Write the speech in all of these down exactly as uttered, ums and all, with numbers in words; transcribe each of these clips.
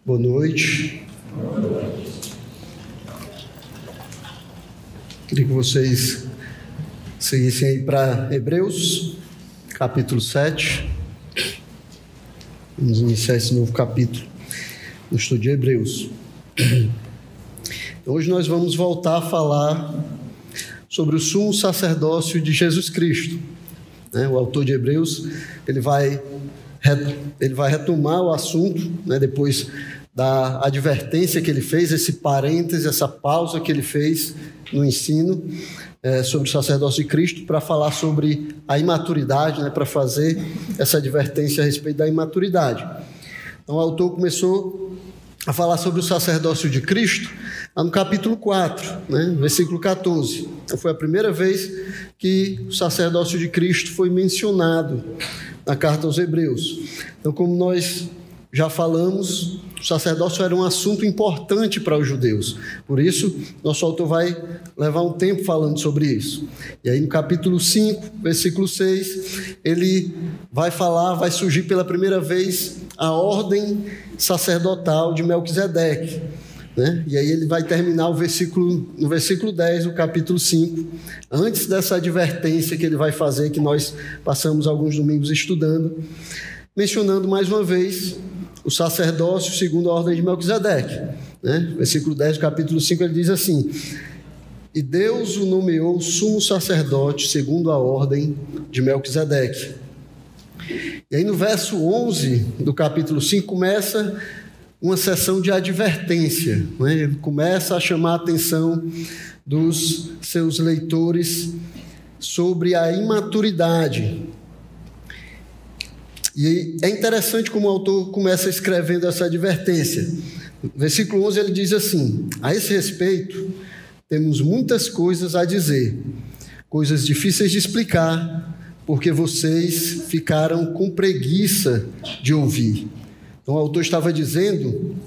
Boa noite. Boa noite. Queria que vocês seguissem aí para Hebreus, capítulo sete. Vamos iniciar esse novo capítulo no estudo de Hebreus. Hoje nós vamos voltar a falar sobre o sumo sacerdócio de Jesus Cristo. O autor de Hebreus, ele vai, ele vai retomar o assunto, né, depois da advertência que ele fez, esse parêntese, essa pausa que ele fez no ensino é, sobre o sacerdócio de Cristo, para falar sobre a imaturidade, né, para fazer essa advertência a respeito da imaturidade. Então o autor começou a falar sobre o sacerdócio de Cristo lá no capítulo quatro, né, versículo catorze. Então, foi a primeira vez que o sacerdócio de Cristo foi mencionado na carta aos Hebreus. Então, como nós já falamos, o sacerdócio era um assunto importante para os judeus. Por isso, nosso autor vai levar um tempo falando sobre isso. E aí, no capítulo cinco, versículo seis, ele vai falar, vai surgir pela primeira vez a ordem sacerdotal de Melquisedeque, né? E aí ele vai terminar o versículo, no versículo dez do capítulo cinco, antes dessa advertência que ele vai fazer, que nós passamos alguns domingos estudando, mencionando mais uma vez o sacerdócio segundo a ordem de Melquisedeque, né? Versículo dez do capítulo cinco, ele diz assim: e Deus o nomeou sumo sacerdote segundo a ordem de Melquisedeque. E aí no verso onze do capítulo cinco começa uma sessão de advertência, né? Ele começa a chamar a atenção dos seus leitores sobre a imaturidade. E é interessante como o autor começa escrevendo essa advertência. No versículo onze ele diz assim: a esse respeito temos muitas coisas a dizer, coisas difíceis de explicar, porque vocês ficaram com preguiça de ouvir. Então o autor estava dizendo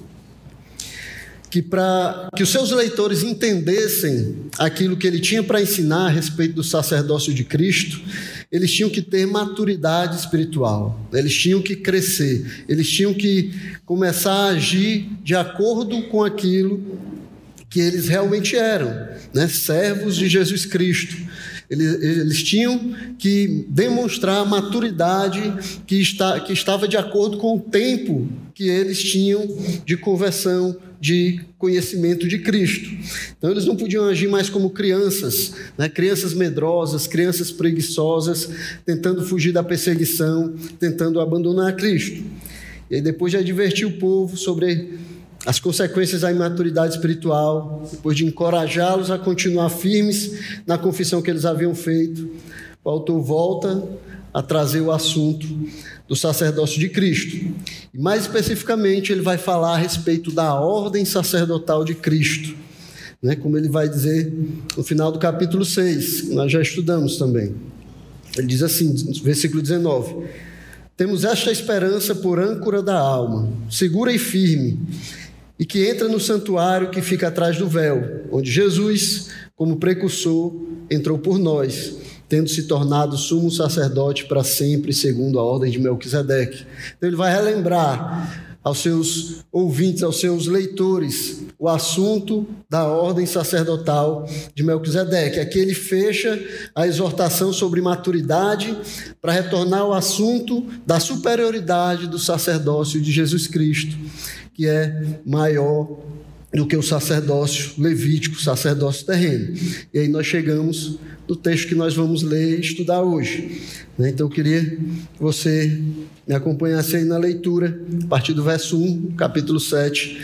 que para que os seus leitores entendessem aquilo que ele tinha para ensinar a respeito do sacerdócio de Cristo, eles tinham que ter maturidade espiritual, eles tinham que crescer, eles tinham que começar a agir de acordo com aquilo que eles realmente eram, né? Servos de Jesus Cristo. Eles, eles tinham que demonstrar a maturidade que, está, que estava de acordo com o tempo que eles tinham de conversão, de conhecimento de Cristo. Então eles não podiam agir mais como crianças, né? Crianças medrosas, crianças preguiçosas, tentando fugir da perseguição, tentando abandonar Cristo. E aí, depois de advertir o povo sobre as consequências da imaturidade espiritual, depois de encorajá-los a continuar firmes na confissão que eles haviam feito, o autor volta a trazer o assunto do sacerdócio de Cristo. E mais especificamente, ele vai falar a respeito da ordem sacerdotal de Cristo, né? Como ele vai dizer no final do capítulo seis, que nós já estudamos também. Ele diz assim, versículo dezenove: temos esta esperança por âncora da alma, segura e firme, e que entra no santuário que fica atrás do véu, onde Jesus, como precursor, entrou por nós, tendo se tornado sumo sacerdote para sempre, segundo a ordem de Melquisedeque. Então ele vai relembrar aos seus ouvintes, aos seus leitores, o assunto da ordem sacerdotal de Melquisedeque. Aqui ele fecha a exortação sobre maturidade para retornar ao assunto da superioridade do sacerdócio de Jesus Cristo, que é maior do que o sacerdócio levítico, o sacerdócio terreno. E aí nós chegamos no texto que nós vamos ler e estudar hoje. Então eu queria que você me acompanhasse aí na leitura, a partir do verso um, capítulo sete.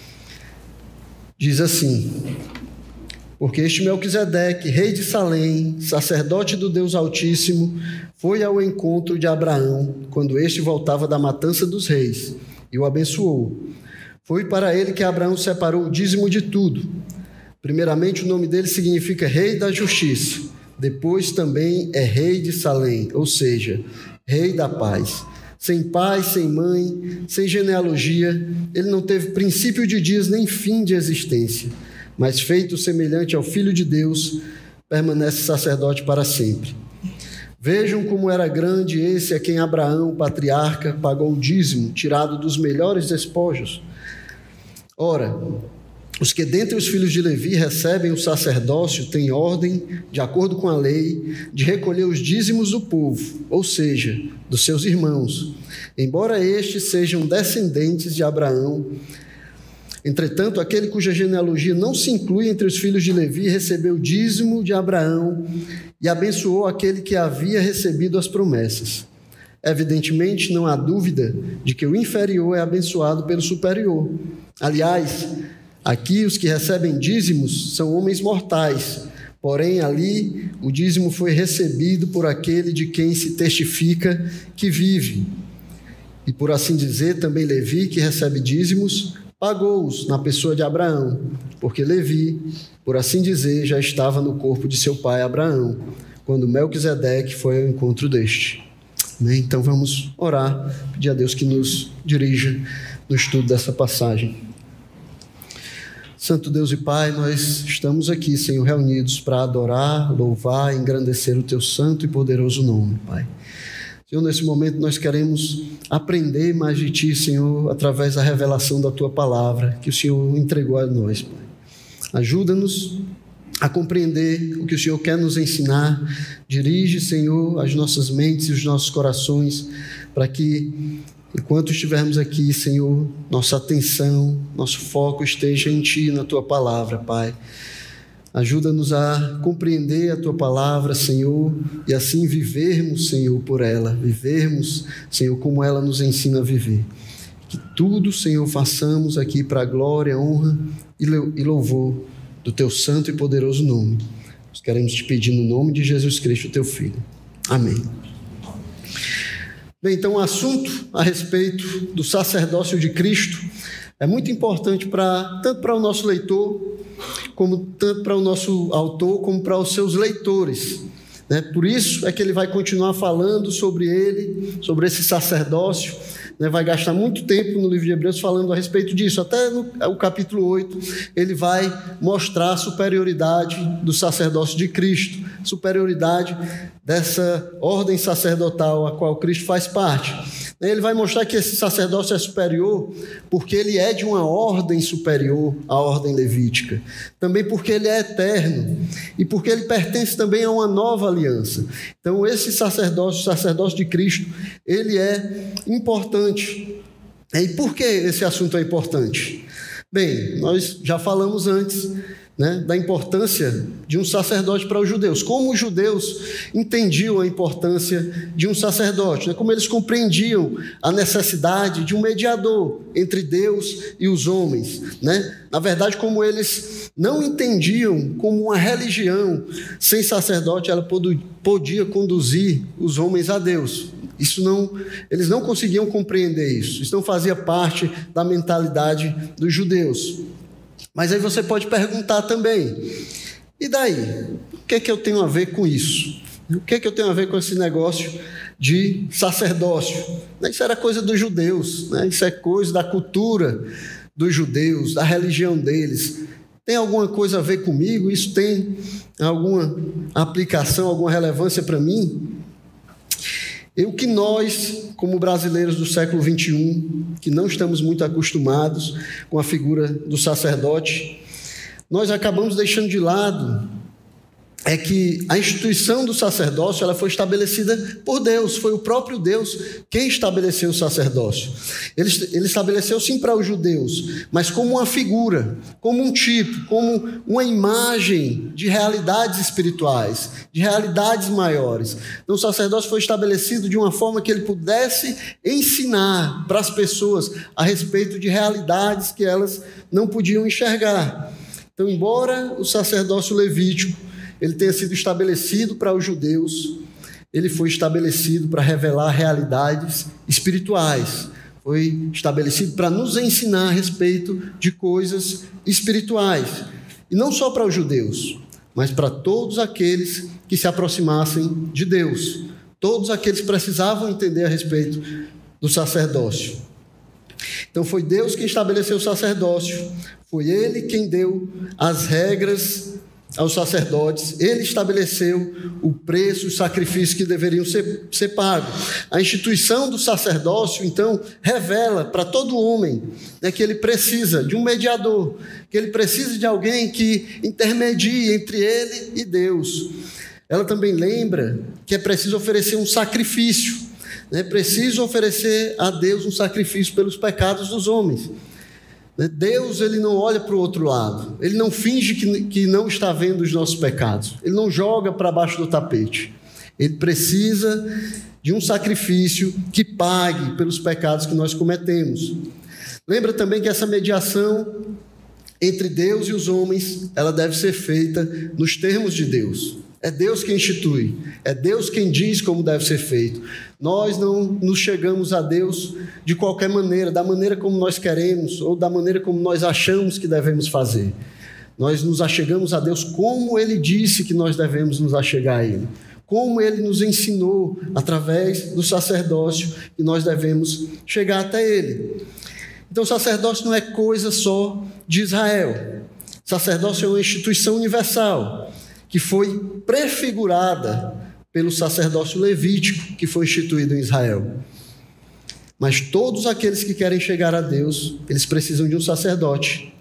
Diz assim: porque este Melquisedeque, rei de Salém, sacerdote do Deus Altíssimo, foi ao encontro de Abraão, quando este voltava da matança dos reis, e o abençoou. Foi para ele que Abraão separou o dízimo de tudo. Primeiramente, o nome dele significa Rei da Justiça. Depois também é Rei de Salém, ou seja, Rei da Paz. Sem pai, sem mãe, sem genealogia, ele não teve princípio de dias nem fim de existência, mas feito semelhante ao Filho de Deus, permanece sacerdote para sempre. Vejam como era grande esse a quem Abraão, patriarca, pagou o dízimo, tirado dos melhores despojos. Ora, os que dentre os filhos de Levi recebem o sacerdócio têm ordem, de acordo com a lei, de recolher os dízimos do povo, ou seja, dos seus irmãos, embora estes sejam descendentes de Abraão. Entretanto, aquele cuja genealogia não se inclui entre os filhos de Levi recebeu o dízimo de Abraão e abençoou aquele que havia recebido as promessas. Evidentemente, não há dúvida de que o inferior é abençoado pelo superior. Aliás, aqui os que recebem dízimos são homens mortais, porém ali o dízimo foi recebido por aquele de quem se testifica que vive. E por assim dizer, também Levi, que recebe dízimos, pagou-os na pessoa de Abraão, porque Levi, por assim dizer, já estava no corpo de seu pai Abraão, quando Melquisedeque foi ao encontro deste. Então vamos orar, pedir a Deus que nos dirija no estudo dessa passagem. Santo Deus e Pai, nós estamos aqui, Senhor, reunidos para adorar, louvar e engrandecer o Teu santo e poderoso nome, Pai. Senhor, nesse momento nós queremos aprender mais de Ti, Senhor, através da revelação da Tua palavra, que o Senhor entregou a nós, Pai. Ajuda-nos a compreender o que o Senhor quer nos ensinar. Dirige, Senhor, as nossas mentes e os nossos corações, para que, enquanto estivermos aqui, Senhor, nossa atenção, nosso foco esteja em Ti, na Tua palavra, Pai. Ajuda-nos a compreender a Tua palavra, Senhor, e assim vivermos, Senhor, por ela. Vivermos, Senhor, como ela nos ensina a viver. Que tudo, Senhor, façamos aqui para a glória, honra e louvor do Teu santo e poderoso nome. Nós queremos Te pedir no nome de Jesus Cristo, Teu Filho. Amém. Bem, então o assunto a respeito do sacerdócio de Cristo é muito importante para, tanto para o nosso leitor, como tanto para o nosso autor, como para os seus leitores, né? Por isso é que ele vai continuar falando sobre ele, sobre esse sacerdócio, né? Vai gastar muito tempo no livro de Hebreus falando a respeito disso. Até no o capítulo oito ele vai mostrar a superioridade do sacerdócio de Cristo, superioridade dessa ordem sacerdotal a qual Cristo faz parte. Ele vai mostrar que esse sacerdócio é superior porque ele é de uma ordem superior à ordem levítica. Também porque ele é eterno e porque ele pertence também a uma nova aliança. Então esse sacerdócio, o sacerdócio de Cristo, ele é importante. E por que esse assunto é importante? Bem, nós já falamos antes, né, da importância de um sacerdote para os judeus. Como os judeus entendiam a importância de um sacerdote, né, como eles compreendiam a necessidade de um mediador entre Deus e os homens. Né? Na verdade, como eles não entendiam como uma religião sem sacerdote, ela podia conduzir os homens a Deus. Isso não, eles não conseguiam compreender isso. Isso não fazia parte da mentalidade dos judeus. Mas aí você pode perguntar também, e daí? O que é que eu tenho a ver com isso? O que é que eu tenho a ver com esse negócio de sacerdócio? Isso era coisa dos judeus, né? Isso é coisa da cultura dos judeus, da religião deles. Tem alguma coisa a ver comigo? Isso tem alguma aplicação, alguma relevância para mim? E o que nós, como brasileiros do século vinte e um, que não estamos muito acostumados com a figura do sacerdote, nós acabamos deixando de lado é que a instituição do sacerdócio ela foi estabelecida por Deus, foi o próprio Deus quem estabeleceu o sacerdócio. Ele, ele estabeleceu sim para os judeus, mas como uma figura, como um tipo, como uma imagem de realidades espirituais, de realidades maiores. Então o sacerdócio foi estabelecido de uma forma que ele pudesse ensinar para as pessoas a respeito de realidades que elas não podiam enxergar. Então, embora o sacerdócio levítico ele tenha sido estabelecido para os judeus, ele foi estabelecido para revelar realidades espirituais. Foi estabelecido para nos ensinar a respeito de coisas espirituais. E não só para os judeus, mas para todos aqueles que se aproximassem de Deus. Todos aqueles precisavam entender a respeito do sacerdócio. Então foi Deus quem estabeleceu o sacerdócio. Foi Ele quem deu as regras aos sacerdotes, ele estabeleceu o preço, os sacrifícios que deveriam ser, ser pagos. A instituição do sacerdócio, então, revela para todo homem, né, que ele precisa de um mediador, que ele precisa de alguém que intermedie entre ele e Deus. Ela também lembra que é preciso oferecer um sacrifício, né, preciso oferecer a Deus um sacrifício pelos pecados dos homens. Deus, ele não olha para o outro lado, ele não finge que, que não está vendo os nossos pecados, ele não joga para baixo do tapete, ele precisa de um sacrifício que pague pelos pecados que nós cometemos. Lembra também que essa mediação entre Deus e os homens, ela deve ser feita nos termos de Deus. É Deus quem institui, é Deus quem diz como deve ser feito. Nós não nos chegamos a Deus de qualquer maneira, da maneira como nós queremos ou da maneira como nós achamos que devemos fazer. Nós nos achegamos a Deus como Ele disse que nós devemos nos achegar a Ele, como Ele nos ensinou através do sacerdócio que nós devemos chegar até Ele. Então, o sacerdócio não é coisa só de Israel. O sacerdócio é uma instituição universal que foi prefigurada pelo sacerdócio levítico que foi instituído em Israel. Mas todos aqueles que querem chegar a Deus, eles precisam de um sacerdote.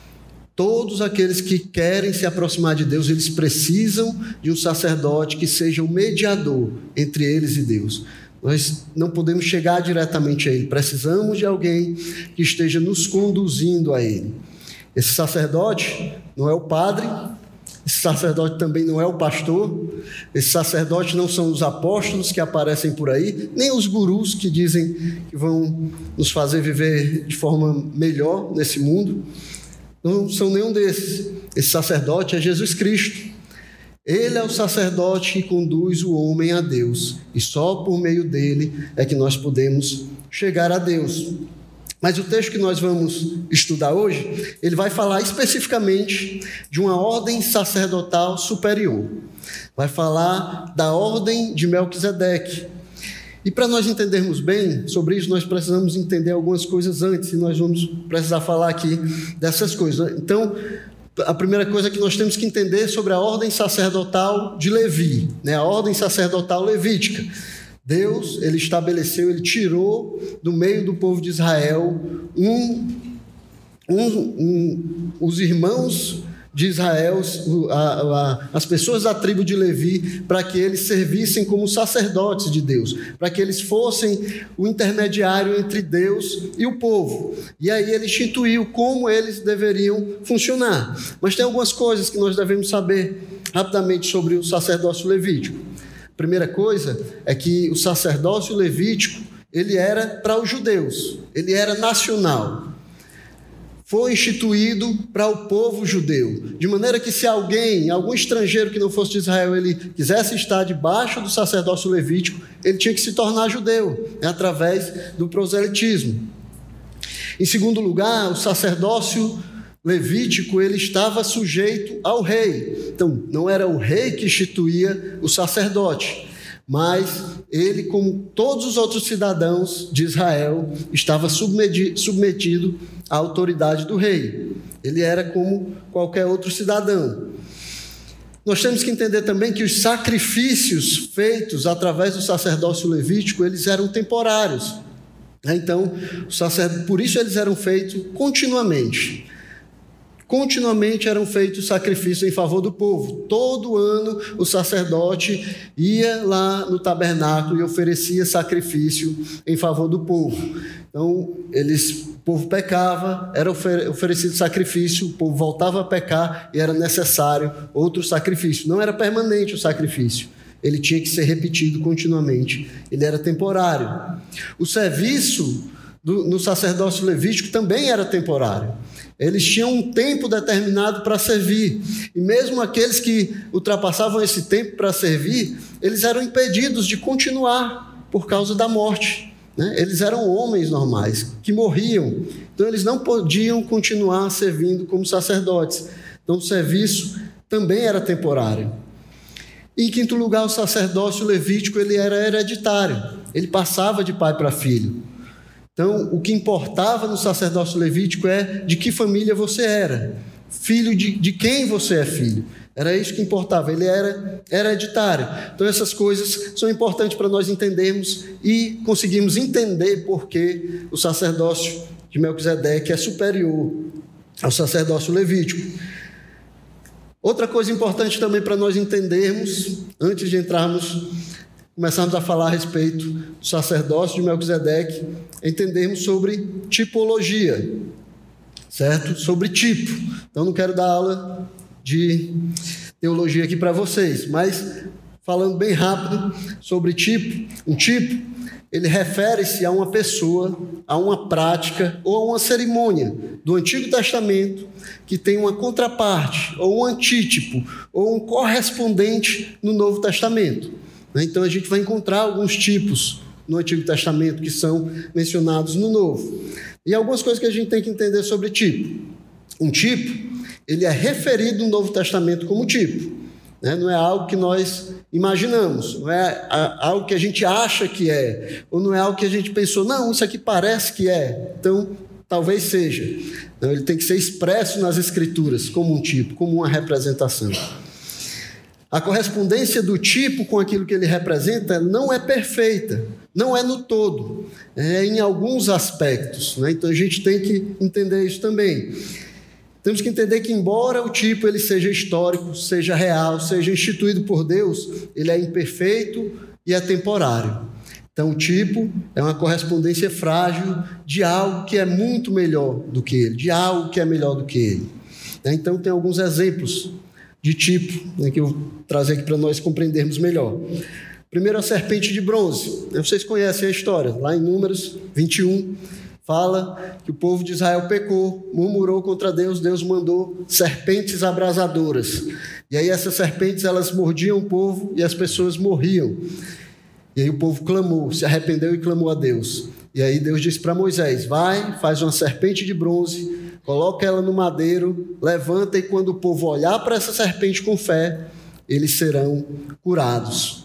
Todos aqueles que querem se aproximar de Deus, eles precisam de um sacerdote que seja o mediador entre eles e Deus. Nós não podemos chegar diretamente a Ele, precisamos de alguém que esteja nos conduzindo a Ele. Esse sacerdote não é o padre, esse sacerdote também não é o pastor, esse sacerdote não são os apóstolos que aparecem por aí, nem os gurus que dizem que vão nos fazer viver de forma melhor nesse mundo. Não são nenhum desses. Esse sacerdote é Jesus Cristo. Ele é o sacerdote que conduz o homem a Deus, e só por meio dele é que nós podemos chegar a Deus. Mas o texto que nós vamos estudar hoje, ele vai falar especificamente de uma ordem sacerdotal superior. Vai falar da ordem de Melquisedeque. E para nós entendermos bem sobre isso, nós precisamos entender algumas coisas antes, e nós vamos precisar falar aqui dessas coisas. Então, a primeira coisa que nós temos que entender sobre a ordem sacerdotal de Levi, né? A ordem sacerdotal levítica. Deus, ele estabeleceu, ele tirou do meio do povo de Israel um, um, um, os irmãos de Israel, a, a, as pessoas da tribo de Levi, para que eles servissem como sacerdotes de Deus, para que eles fossem o intermediário entre Deus e o povo. E aí ele instituiu como eles deveriam funcionar. Mas tem algumas coisas que nós devemos saber rapidamente sobre o sacerdócio levítico. Primeira coisa é que o sacerdócio levítico, ele era para os judeus, ele era nacional. Foi instituído para o povo judeu, de maneira que se alguém, algum estrangeiro que não fosse de Israel, ele quisesse estar debaixo do sacerdócio levítico, ele tinha que se tornar judeu, né, através do proselitismo. Em segundo lugar, o sacerdócio levítico, ele estava sujeito ao rei. Então, não era o rei que instituía o sacerdote, mas ele, como todos os outros cidadãos de Israel, estava submetido à autoridade do rei. Ele era como qualquer outro cidadão. Nós temos que entender também que os sacrifícios feitos através do sacerdócio levítico, eles eram temporários. Então, o sacerd... por isso eles eram feitos continuamente. Continuamente eram feitos sacrifícios em favor do povo. Todo ano o sacerdote ia lá no tabernáculo e oferecia sacrifício em favor do povo. Então, eles, o povo pecava, era oferecido sacrifício, o povo voltava a pecar e era necessário outro sacrifício. Não era permanente o sacrifício, ele tinha que ser repetido continuamente, ele era temporário. O serviço do, no sacerdócio levítico também era temporário. Eles tinham um tempo determinado para servir. E mesmo aqueles que ultrapassavam esse tempo para servir, eles eram impedidos de continuar por causa da morte, né? Eles eram homens normais, que morriam. Então, eles não podiam continuar servindo como sacerdotes. Então, o serviço também era temporário. E, em quinto lugar, o sacerdócio levítico, ele era hereditário. Ele passava de pai para filho. Então, o que importava no sacerdócio levítico é de que família você era, filho de, de quem você é filho. Era isso que importava, ele era hereditário. Então essas coisas são importantes para nós entendermos e conseguirmos entender por que o sacerdócio de Melquisedeque é superior ao sacerdócio levítico. Outra coisa importante também para nós entendermos, antes de entrarmos, começarmos a falar a respeito do sacerdócio de Melquisedeque, é entendermos sobre tipologia, certo? Sobre tipo. Então não quero dar aula de teologia aqui para vocês, mas falando bem rápido sobre tipo, um tipo, ele refere-se a uma pessoa, a uma prática ou a uma cerimônia do Antigo Testamento que tem uma contraparte, ou um antítipo, ou um correspondente no Novo Testamento. Então a gente vai encontrar alguns tipos no Antigo Testamento que são mencionados no Novo. E algumas coisas que a gente tem que entender sobre tipo. Um tipo, ele é referido no Novo Testamento como tipo. Né? Não é algo que nós imaginamos, não é algo que a gente acha que é, ou não é algo que a gente pensou, não, isso aqui parece que é, então talvez seja. Não, ele tem que ser expresso nas Escrituras como um tipo, como uma representação. A correspondência do tipo com aquilo que ele representa não é perfeita, não é no todo, é em alguns aspectos. Né? Então a gente tem que entender isso também. Temos que entender que, embora o tipo ele seja histórico, seja real, seja instituído por Deus, ele é imperfeito e é temporário. Então, o tipo é uma correspondência frágil de algo que é muito melhor do que ele, de algo que é melhor do que ele. Então, tem alguns exemplos de tipo, né, que eu vou trazer aqui para nós compreendermos melhor. Primeiro, a serpente de bronze. Vocês conhecem a história, lá em Números vinte e um. Fala que o povo de Israel pecou, murmurou contra Deus, Deus mandou serpentes abrasadoras. E aí essas serpentes, elas mordiam o povo e as pessoas morriam. E aí o povo clamou, se arrependeu e clamou a Deus. E aí Deus disse para Moisés, vai, faz uma serpente de bronze, coloca ela no madeiro, levanta e quando o povo olhar para essa serpente com fé, eles serão curados.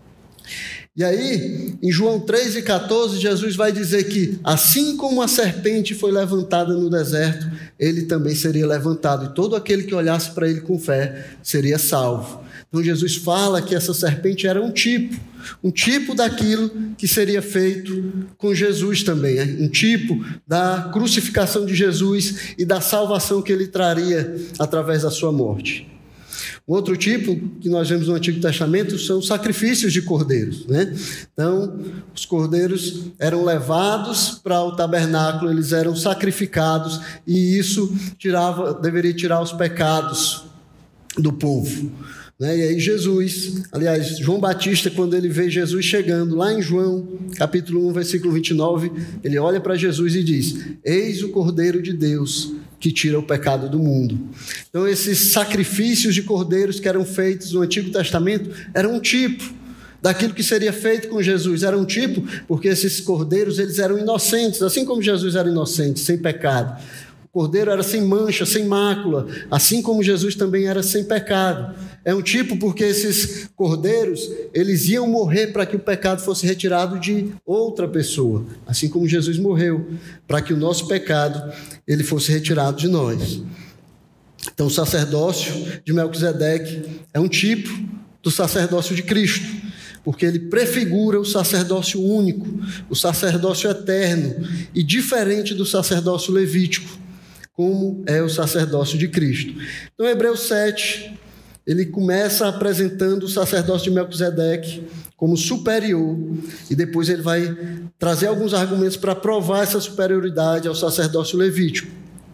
E aí, em João três e quatorze, Jesus vai dizer que, assim como a serpente foi levantada no deserto, ele também seria levantado, e todo aquele que olhasse para ele com fé seria salvo. Então, Jesus fala que essa serpente era um tipo, um tipo daquilo que seria feito com Jesus também, né? Um tipo da crucificação de Jesus e da salvação que ele traria através da sua morte. Um outro tipo que nós vemos no Antigo Testamento são os sacrifícios de cordeiros, né? Então, os cordeiros eram levados para o tabernáculo, eles eram sacrificados e isso tirava, deveria tirar os pecados do povo. Né? E aí Jesus, aliás, João Batista, quando ele vê Jesus chegando, lá em João, capítulo um, versículo vinte e nove, ele olha para Jesus e diz, eis o Cordeiro de Deus que tira o pecado do mundo. Então, esses sacrifícios de cordeiros que eram feitos no Antigo Testamento eram um tipo daquilo que seria feito com Jesus. Era um tipo porque esses cordeiros eles eram inocentes, assim como Jesus era inocente, sem pecado. O cordeiro era sem mancha, sem mácula, assim como Jesus também era sem pecado. É um tipo porque esses cordeiros, eles iam morrer para que o pecado fosse retirado de outra pessoa, assim como Jesus morreu, para que o nosso pecado ele fosse retirado de nós. Então, o sacerdócio de Melquisedeque é um tipo do sacerdócio de Cristo, porque ele prefigura o sacerdócio único, o sacerdócio eterno e diferente do sacerdócio levítico, como é o sacerdócio de Cristo. Então, Hebreus sete, ele começa apresentando o sacerdócio de Melquisedeque como superior, e depois ele vai trazer alguns argumentos para provar essa superioridade ao sacerdócio levítico.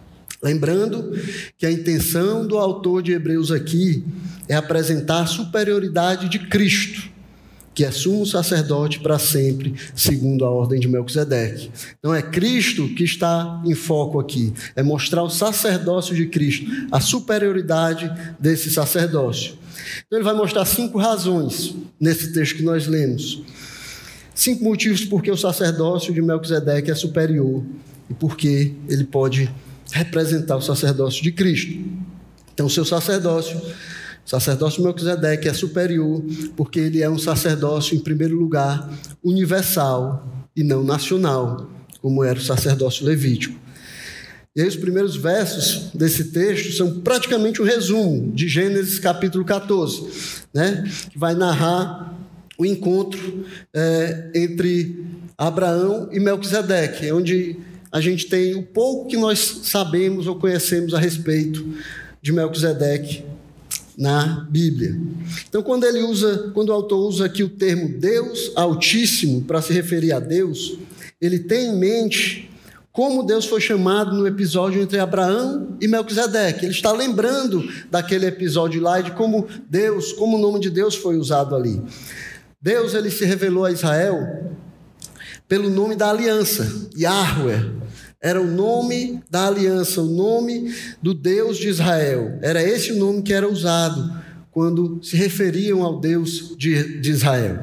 Lembrando que a intenção do autor de Hebreus aqui é apresentar a superioridade de Cristo, que é sumo sacerdote para sempre, segundo a ordem de Melquisedeque. Então é Cristo que está em foco aqui, é mostrar o sacerdócio de Cristo, a superioridade desse sacerdócio. Então ele vai mostrar cinco razões nesse texto que nós lemos. Cinco motivos porque o sacerdócio de Melquisedeque é superior e porque ele pode representar o sacerdócio de Cristo. Então o seu sacerdócio O sacerdócio de Melquisedeque é superior porque ele é um sacerdócio, em primeiro lugar, universal e não nacional, como era o sacerdócio levítico. E aí os primeiros versos desse texto são praticamente um resumo de Gênesis capítulo catorze, né? Que vai narrar o encontro é, entre Abraão e Melquisedeque, onde a gente tem o pouco que nós sabemos ou conhecemos a respeito de Melquisedeque na Bíblia. Então, quando ele usa, quando o autor usa aqui o termo Deus Altíssimo para se referir a Deus, ele tem em mente como Deus foi chamado no episódio entre Abraão e Melquisedeque. Ele está lembrando daquele episódio lá e de como Deus, como o nome de Deus foi usado ali. Deus, ele se revelou a Israel pelo nome da aliança, Yahweh. Era o nome da aliança, o nome do Deus de Israel. Era esse o nome que era usado quando se referiam ao Deus de, de Israel.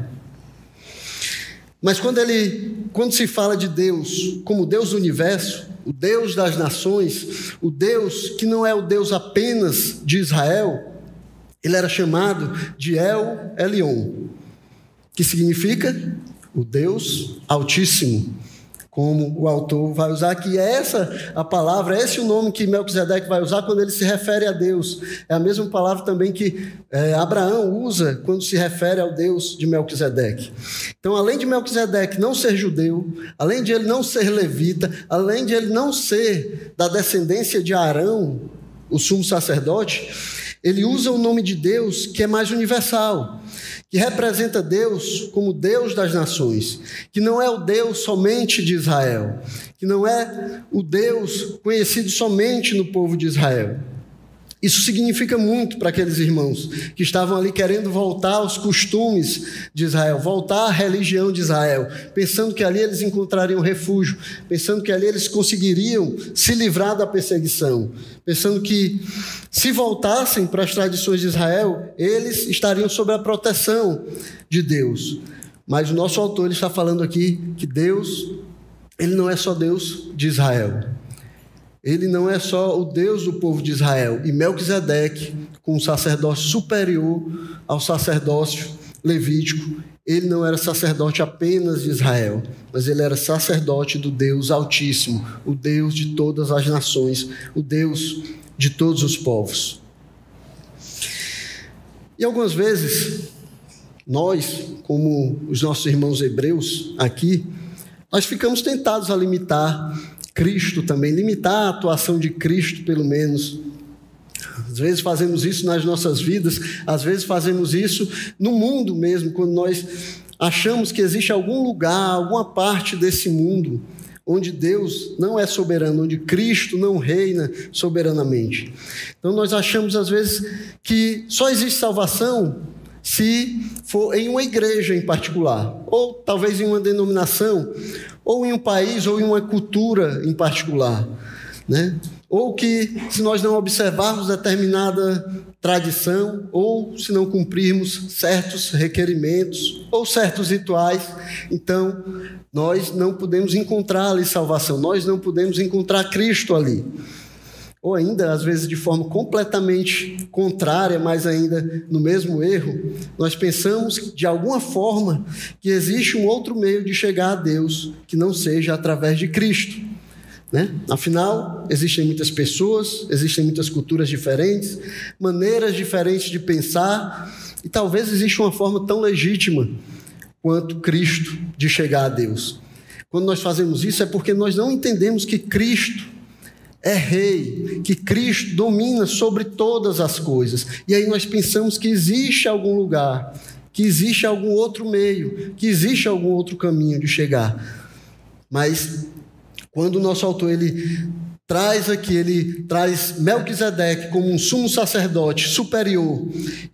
Mas quando, ele, quando se fala de Deus como Deus do universo, o Deus das nações, o Deus que não é o Deus apenas de Israel, ele era chamado de El Elyon, que significa o Deus Altíssimo, como o autor vai usar aqui. É essa a palavra, é esse o nome que Melquisedeque vai usar quando ele se refere a Deus. É a mesma palavra também que é, Abraão usa quando se refere ao Deus de Melquisedeque. Então, além de Melquisedeque não ser judeu, além de ele não ser levita, além de ele não ser da descendência de Arão, o sumo sacerdote, ele usa o nome de Deus que é mais universal, que representa Deus como Deus das nações, que não é o Deus somente de Israel, que não é o Deus conhecido somente no povo de Israel. Isso significa muito para aqueles irmãos que estavam ali querendo voltar aos costumes de Israel, voltar à religião de Israel, pensando que ali eles encontrariam refúgio, pensando que ali eles conseguiriam se livrar da perseguição, pensando que se voltassem para as tradições de Israel, eles estariam sob a proteção de Deus. Mas o nosso autor ele está falando aqui que Deus, ele não é só Deus de Israel. Ele não é só o Deus do povo de Israel. E Melquisedeque, com um sacerdócio superior ao sacerdócio levítico, ele não era sacerdote apenas de Israel, mas ele era sacerdote do Deus Altíssimo, o Deus de todas as nações, o Deus de todos os povos. E algumas vezes, nós, como os nossos irmãos hebreus aqui, nós ficamos tentados a limitar Cristo também, limitar a atuação de Cristo, pelo menos. Às vezes fazemos isso nas nossas vidas, às vezes fazemos isso no mundo mesmo, quando nós achamos que existe algum lugar, alguma parte desse mundo onde Deus não é soberano, onde Cristo não reina soberanamente. Então nós achamos às vezes que só existe salvação se for em uma igreja em particular, ou talvez em uma denominação, ou em um país, ou em uma cultura em particular, né? Ou que, se nós não observarmos determinada tradição, ou se não cumprirmos certos requerimentos, ou certos rituais, então nós não podemos encontrar ali salvação, nós não podemos encontrar Cristo ali. Ou ainda, às vezes, de forma completamente contrária, mas ainda no mesmo erro, nós pensamos, de alguma forma, que existe um outro meio de chegar a Deus, que não seja através de Cristo, né? Afinal, existem muitas pessoas, existem muitas culturas diferentes, maneiras diferentes de pensar, e talvez exista uma forma tão legítima quanto Cristo de chegar a Deus. Quando nós fazemos isso, é porque nós não entendemos que Cristo é rei, que Cristo domina sobre todas as coisas. E aí nós pensamos que existe algum lugar, que existe algum outro meio, que existe algum outro caminho de chegar. Mas quando o nosso autor ele traz aqui, ele traz Melquisedeque como um sumo sacerdote superior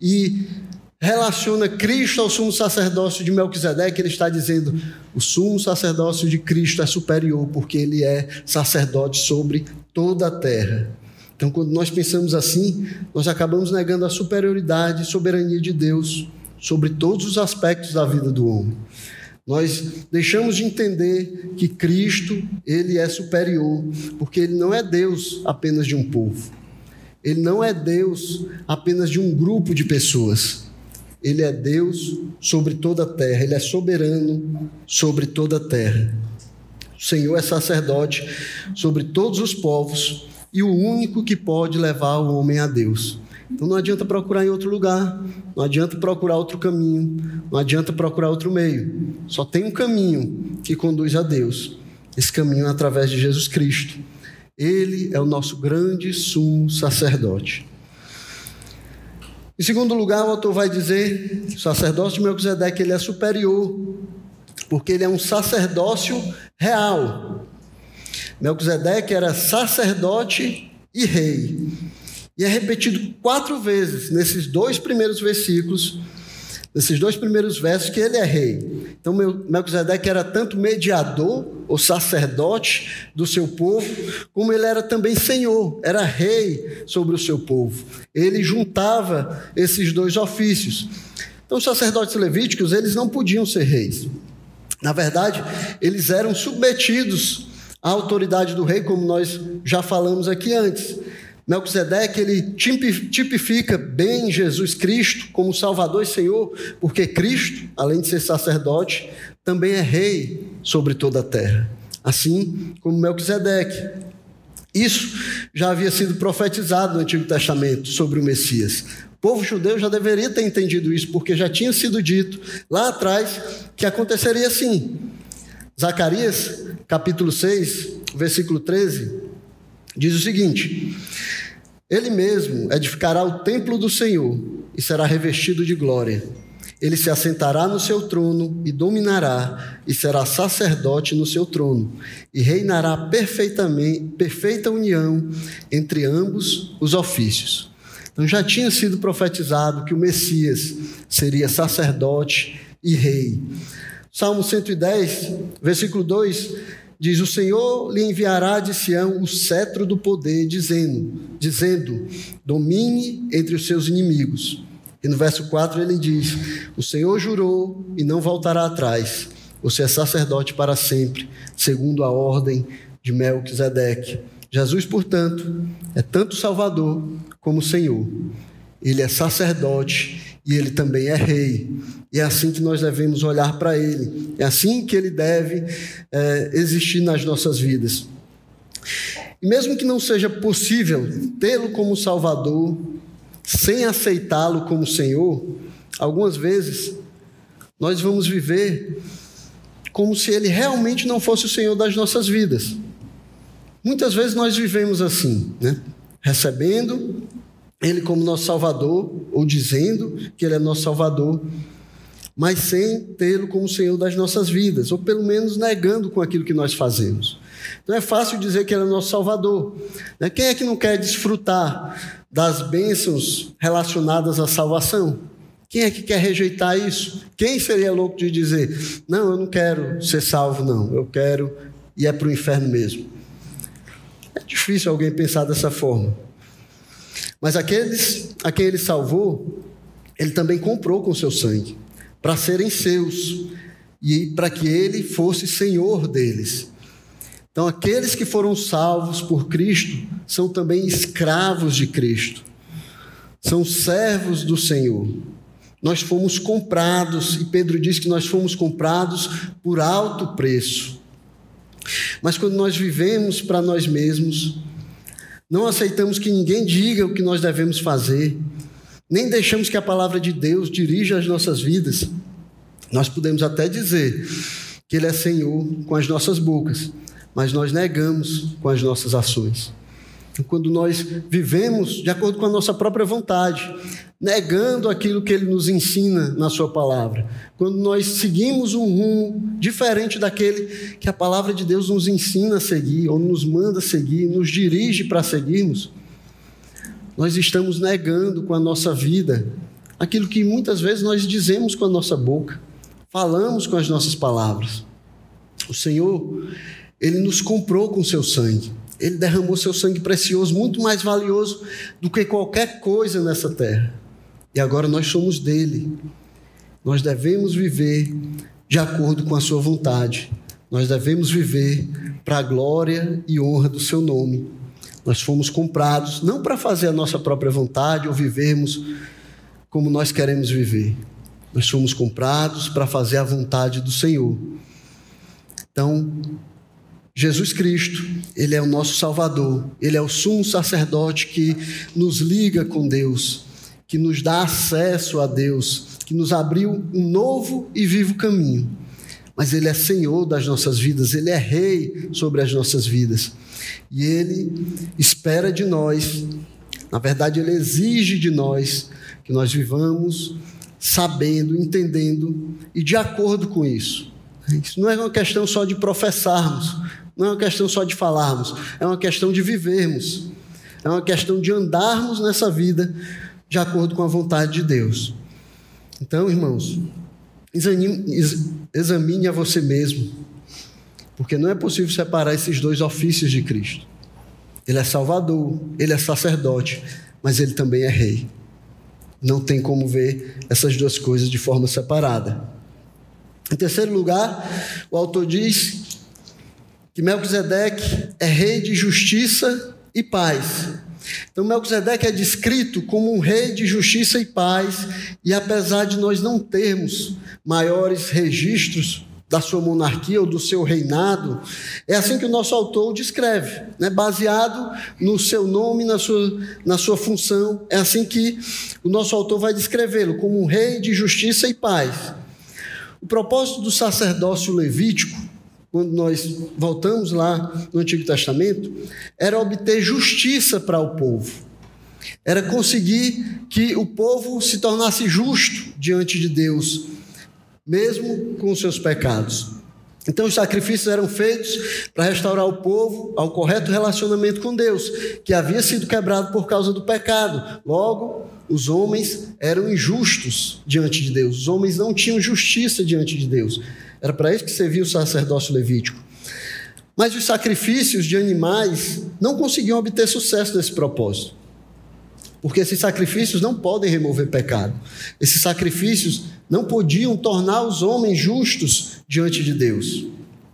e relaciona Cristo ao sumo sacerdócio de Melquisedeque, ele está dizendo: o sumo sacerdócio de Cristo é superior, porque ele é sacerdote sobre toda a terra. Então, quando nós pensamos assim, nós acabamos negando a superioridade e soberania de Deus sobre todos os aspectos da vida do homem. Nós deixamos de entender que Cristo, ele é superior, porque ele não é Deus apenas de um povo. Ele não é Deus apenas de um grupo de pessoas. Ele é Deus sobre toda a terra, ele é soberano sobre toda a terra. O Senhor é sacerdote sobre todos os povos e o único que pode levar o homem a Deus. Então não adianta procurar em outro lugar, não adianta procurar outro caminho, não adianta procurar outro meio. Só tem um caminho que conduz a Deus. Esse caminho é através de Jesus Cristo. Ele é o nosso grande sumo sacerdote. Em segundo lugar, o autor vai dizer que o sacerdócio de Melquisedeque ele é superior, porque ele é um sacerdócio real. Melquisedeque era sacerdote e rei. E é repetido quatro vezes nesses dois primeiros versículos, nesses dois primeiros versos, que ele é rei. Então, Melquisedeque era tanto mediador, ou sacerdote do seu povo, como ele era também senhor, era rei sobre o seu povo. Ele juntava esses dois ofícios. Então, os sacerdotes levíticos, eles não podiam ser reis. Na verdade, eles eram submetidos à autoridade do rei, como nós já falamos aqui antes. Melquisedeque, ele tipifica bem Jesus Cristo como Salvador e Senhor, porque Cristo, além de ser sacerdote, também é rei sobre toda a terra, assim como Melquisedeque. Isso já havia sido profetizado no Antigo Testamento sobre o Messias. O povo judeu já deveria ter entendido isso, porque já tinha sido dito lá atrás que aconteceria assim. Zacarias, capítulo seis, versículo treze, diz o seguinte: ele mesmo edificará o templo do Senhor e será revestido de glória. Ele se assentará no seu trono e dominará, e será sacerdote no seu trono, e reinará perfeitamente, perfeita união entre ambos os ofícios. Então já tinha sido profetizado que o Messias seria sacerdote e rei. Salmo cento e dez, versículo dois, diz: o Senhor lhe enviará de Sião o cetro do poder, dizendo, dizendo, domine entre os seus inimigos. E no verso quatro ele diz: o Senhor jurou e não voltará atrás. Você é sacerdote para sempre, segundo a ordem de Melquisedeque. Jesus, portanto, é tanto Salvador como Senhor. Ele é sacerdote e ele também é rei. E é assim que nós devemos olhar para ele. É assim que ele deve é, existir nas nossas vidas. E mesmo que não seja possível tê-lo como Salvador, sem aceitá-lo como Senhor, algumas vezes nós vamos viver como se ele realmente não fosse o Senhor das nossas vidas. Muitas vezes nós vivemos assim, né? Recebendo ele como nosso Salvador, ou dizendo que ele é nosso Salvador, mas sem tê-lo como Senhor das nossas vidas, ou pelo menos negando com aquilo que nós fazemos. Então é fácil dizer que ele é nosso Salvador. Quem é que não quer desfrutar das bênçãos relacionadas à salvação? Quem é que quer rejeitar isso? Quem seria louco de dizer: não, eu não quero ser salvo, não, eu quero ir é para o inferno mesmo? É difícil alguém pensar dessa forma. Mas aqueles a quem ele salvou, ele também comprou com seu sangue, para serem seus e para que ele fosse senhor deles. Então, aqueles que foram salvos por Cristo são também escravos de Cristo, são servos do Senhor. Nós fomos comprados, e Pedro diz que nós fomos comprados por alto preço. Mas quando nós vivemos para nós mesmos, não aceitamos que ninguém diga o que nós devemos fazer, nem deixamos que a palavra de Deus dirija as nossas vidas, nós podemos até dizer que Ele é Senhor com as nossas bocas, mas nós negamos com as nossas ações. Quando nós vivemos de acordo com a nossa própria vontade, negando aquilo que Ele nos ensina na sua palavra, quando nós seguimos um rumo diferente daquele que a palavra de Deus nos ensina a seguir, ou nos manda seguir, nos dirige para seguirmos, nós estamos negando com a nossa vida aquilo que muitas vezes nós dizemos com a nossa boca, falamos com as nossas palavras. O Senhor, Ele nos comprou com seu sangue. Ele derramou seu sangue precioso, muito mais valioso do que qualquer coisa nessa terra. E agora nós somos dele. Nós devemos viver de acordo com a sua vontade. Nós devemos viver para a glória e honra do seu nome. Nós fomos comprados, não para fazer a nossa própria vontade ou vivermos como nós queremos viver. Nós fomos comprados para fazer a vontade do Senhor. Então, Jesus Cristo, Ele é o nosso Salvador, Ele é o sumo sacerdote que nos liga com Deus, que nos dá acesso a Deus, que nos abriu um novo e vivo caminho. Mas Ele é Senhor das nossas vidas, Ele é Rei sobre as nossas vidas. E Ele espera de nós, na verdade Ele exige de nós que nós vivamos sabendo, entendendo e de acordo com isso. Isso não é uma questão só de professarmos, não é uma questão só de falarmos, é uma questão de vivermos, é uma questão de andarmos nessa vida de acordo com a vontade de Deus. Então, irmãos, examine, examine a você mesmo, porque não é possível separar esses dois ofícios de Cristo. Ele é Salvador, Ele é sacerdote, mas Ele também é Rei. Não tem como ver essas duas coisas de forma separada. Em terceiro lugar, o autor diz que Melquisedeque é rei de justiça e paz. Então, Melquisedeque é descrito como um rei de justiça e paz, e apesar de nós não termos maiores registros da sua monarquia ou do seu reinado, é assim que o nosso autor o descreve, né? Baseado no seu nome, na sua, na sua função, é assim que o nosso autor vai descrevê-lo, como um rei de justiça e paz. O propósito do sacerdócio levítico, quando nós voltamos lá no Antigo Testamento, era obter justiça para o povo. Era conseguir que o povo se tornasse justo diante de Deus, mesmo com os seus pecados. Então os sacrifícios eram feitos para restaurar o povo ao correto relacionamento com Deus, que havia sido quebrado por causa do pecado. Logo, os homens eram injustos diante de Deus. Os homens não tinham justiça diante de Deus. Era para isso que servia o sacerdócio levítico. Mas os sacrifícios de animais não conseguiam obter sucesso nesse propósito, porque esses sacrifícios não podem remover pecado. Esses sacrifícios não podiam tornar os homens justos diante de Deus.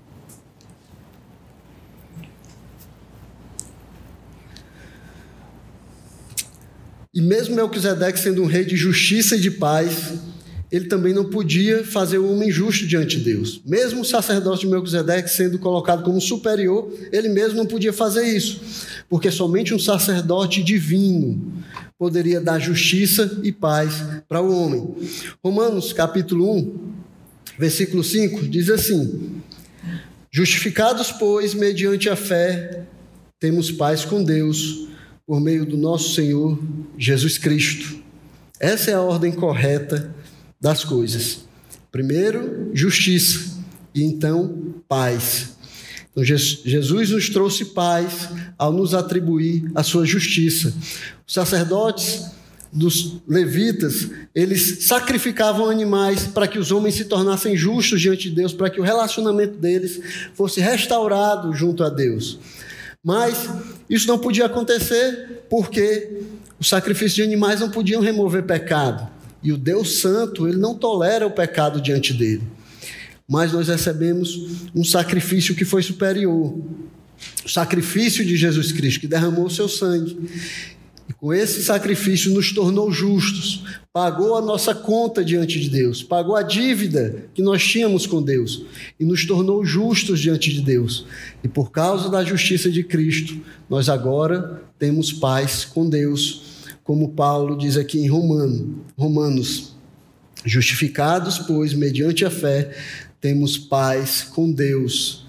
E mesmo Melquisedeque sendo um rei de justiça e de paz, ele também não podia fazer o homem justo diante de Deus. Mesmo o sacerdócio de Melquisedeque sendo colocado como superior, ele mesmo não podia fazer isso, porque somente um sacerdote divino poderia dar justiça e paz para o homem. Romanos capítulo um, versículo cinco, diz assim: justificados, pois, mediante a fé, temos paz com Deus, por meio do nosso Senhor Jesus Cristo. Essa é a ordem correta das coisas. Primeiro, justiça, e então, paz. Então, Jesus nos trouxe paz ao nos atribuir a sua justiça. Os sacerdotes dos levitas, eles sacrificavam animais para que os homens se tornassem justos diante de Deus, para que o relacionamento deles fosse restaurado junto a Deus. Mas isso não podia acontecer porque os sacrifícios de animais não podiam remover pecado. E o Deus Santo, Ele não tolera o pecado diante dele. Mas nós recebemos um sacrifício que foi superior. O sacrifício de Jesus Cristo, que derramou o seu sangue. E com esse sacrifício nos tornou justos. Pagou a nossa conta diante de Deus. Pagou a dívida que nós tínhamos com Deus. E nos tornou justos diante de Deus. E por causa da justiça de Cristo, nós agora temos paz com Deus. Como Paulo diz aqui em Romano, Romanos, justificados, pois, mediante a fé, temos paz com Deus,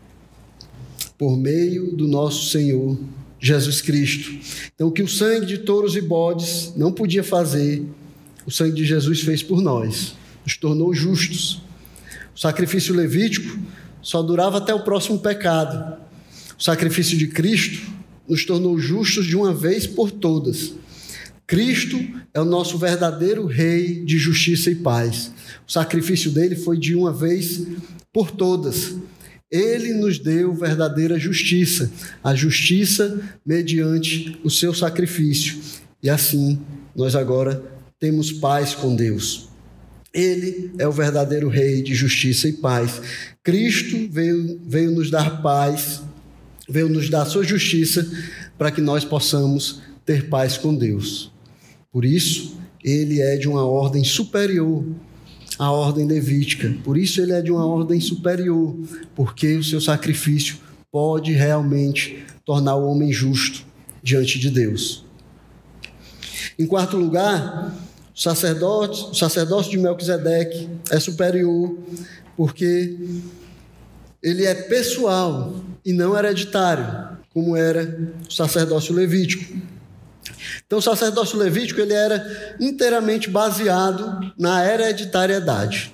por meio do nosso Senhor Jesus Cristo. Então, o que o sangue de touros e bodes não podia fazer, o sangue de Jesus fez por nós, nos tornou justos. O sacrifício levítico só durava até o próximo pecado. O sacrifício de Cristo nos tornou justos de uma vez por todas. Cristo é o nosso verdadeiro Rei de justiça e paz. O sacrifício dele foi de uma vez por todas. Ele nos deu verdadeira justiça, a justiça mediante o seu sacrifício. E assim, nós agora temos paz com Deus. Ele é o verdadeiro Rei de justiça e paz. Cristo veio, veio nos dar paz, veio nos dar a sua justiça para que nós possamos ter paz com Deus. Por isso, ele é de uma ordem superior à ordem levítica. Por isso, ele é de uma ordem superior, porque o seu sacrifício pode realmente tornar o homem justo diante de Deus. Em quarto lugar, o sacerdote, o sacerdócio de Melquisedeque é superior porque ele é pessoal e não hereditário, como era o sacerdócio levítico. Então, o sacerdócio levítico ele era inteiramente baseado na hereditariedade.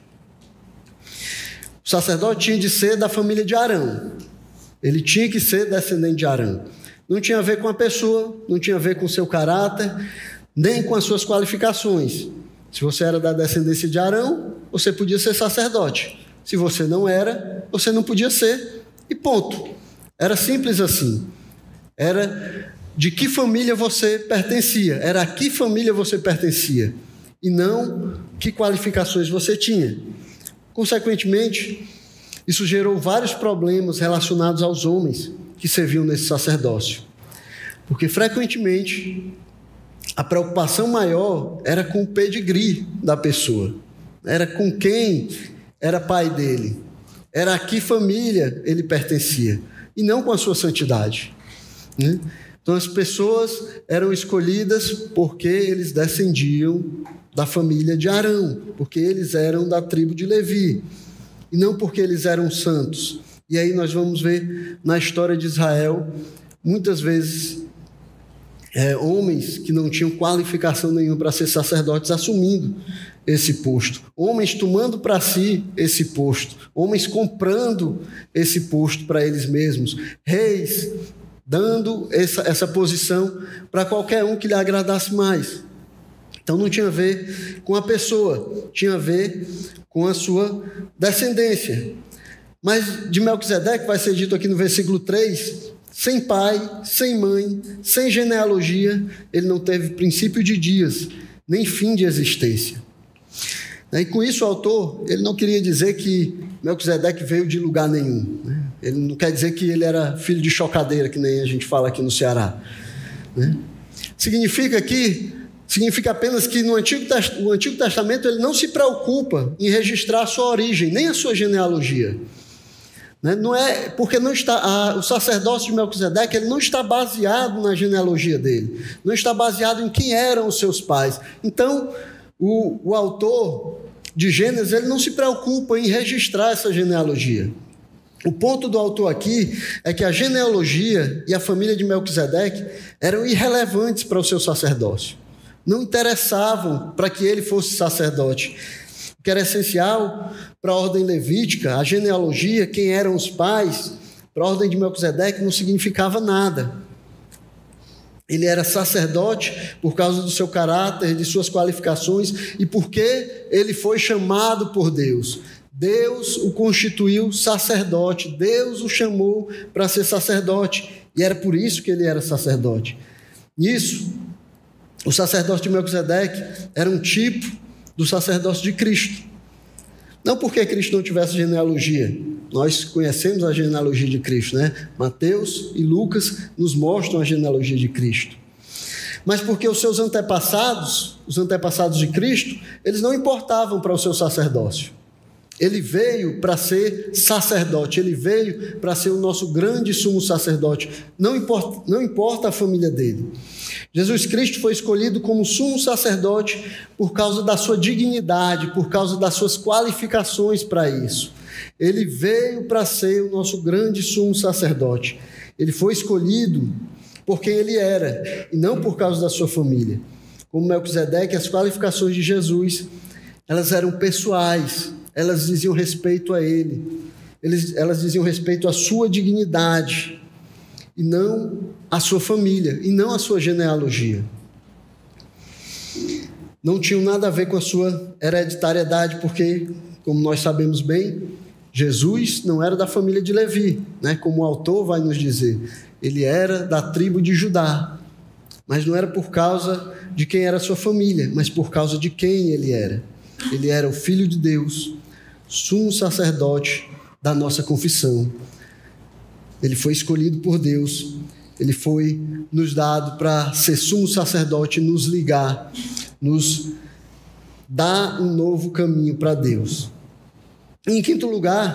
O sacerdote tinha de ser da família de Arão. Ele tinha que ser descendente de Arão. Não tinha a ver com a pessoa, não tinha a ver com o seu caráter, nem com as suas qualificações. Se você era da descendência de Arão, você podia ser sacerdote. Se você não era, você não podia ser, e ponto. Era simples assim. Era de que família você pertencia, era a que família você pertencia, e não que qualificações você tinha. Consequentemente, isso gerou vários problemas relacionados aos homens que serviam nesse sacerdócio. Porque, frequentemente, a preocupação maior era com o pedigree da pessoa, era com quem era pai dele, era a que família ele pertencia, e não com a sua santidade, né? Então, as pessoas eram escolhidas porque eles descendiam da família de Arão, porque eles eram da tribo de Levi, e não porque eles eram santos. E aí nós vamos ver na história de Israel, muitas vezes, é, homens que não tinham qualificação nenhuma para ser sacerdotes assumindo esse posto, homens tomando para si esse posto, homens comprando esse posto para eles mesmos, reis dando essa, essa posição para qualquer um que lhe agradasse mais. Então não tinha a ver com a pessoa, tinha a ver com a sua descendência. Mas de Melquisedeque vai ser dito aqui no versículo três, sem pai, sem mãe, sem genealogia, ele não teve princípio de dias, nem fim de existência. E com isso o autor, ele não queria dizer que Melquisedeque veio de lugar nenhum, né? Ele não quer dizer que ele era filho de chocadeira, que nem a gente fala aqui no Ceará, né? Significa que, significa apenas que no Antigo, o Antigo Testamento ele não se preocupa em registrar a sua origem, nem a sua genealogia. Né? Não é, porque não está, a, o sacerdócio de Melquisedeque ele não está baseado na genealogia dele, não está baseado em quem eram os seus pais. Então, o, o autor de Gênesis ele não se preocupa em registrar essa genealogia. O ponto do autor aqui é que a genealogia e a família de Melquisedeque eram irrelevantes para o seu sacerdócio. Não interessavam para que ele fosse sacerdote. O que era essencial para a ordem levítica, a genealogia, quem eram os pais, para a ordem de Melquisedeque não significava nada. Ele era sacerdote por causa do seu caráter, de suas qualificações e porque ele foi chamado por Deus. Deus o constituiu sacerdote, Deus o chamou para ser sacerdote, e era por isso que ele era sacerdote. Nisso, o sacerdócio de Melquisedeque era um tipo do sacerdócio de Cristo. Não porque Cristo não tivesse genealogia, nós conhecemos a genealogia de Cristo, né? Mateus e Lucas nos mostram a genealogia de Cristo. Mas porque os seus antepassados, os antepassados de Cristo, eles não importavam para o seu sacerdócio. Ele veio para ser sacerdote, ele veio para ser o nosso grande sumo sacerdote. Não importa, não importa a família dele. Jesus Cristo foi escolhido como sumo sacerdote por causa da sua dignidade, por causa das suas qualificações para isso. Ele veio para ser o nosso grande sumo sacerdote. Ele foi escolhido por quem ele era, e não por causa da sua família. Como Melquisedeque, as qualificações de Jesus, elas eram pessoais. Elas diziam respeito a ele, eles, elas diziam respeito à sua dignidade, e não à sua família, e não à sua genealogia. Não tinham nada a ver com a sua hereditariedade, porque, como nós sabemos bem, Jesus não era da família de Levi, né? Como o autor vai nos dizer, ele era da tribo de Judá, mas não era por causa de quem era a sua família, mas por causa de quem ele era. Ele era o Filho de Deus, sumo sacerdote da nossa confissão. Ele foi escolhido por Deus, ele foi nos dado para ser sumo sacerdote, nos ligar, nos dar um novo caminho para Deus. Em quinto lugar,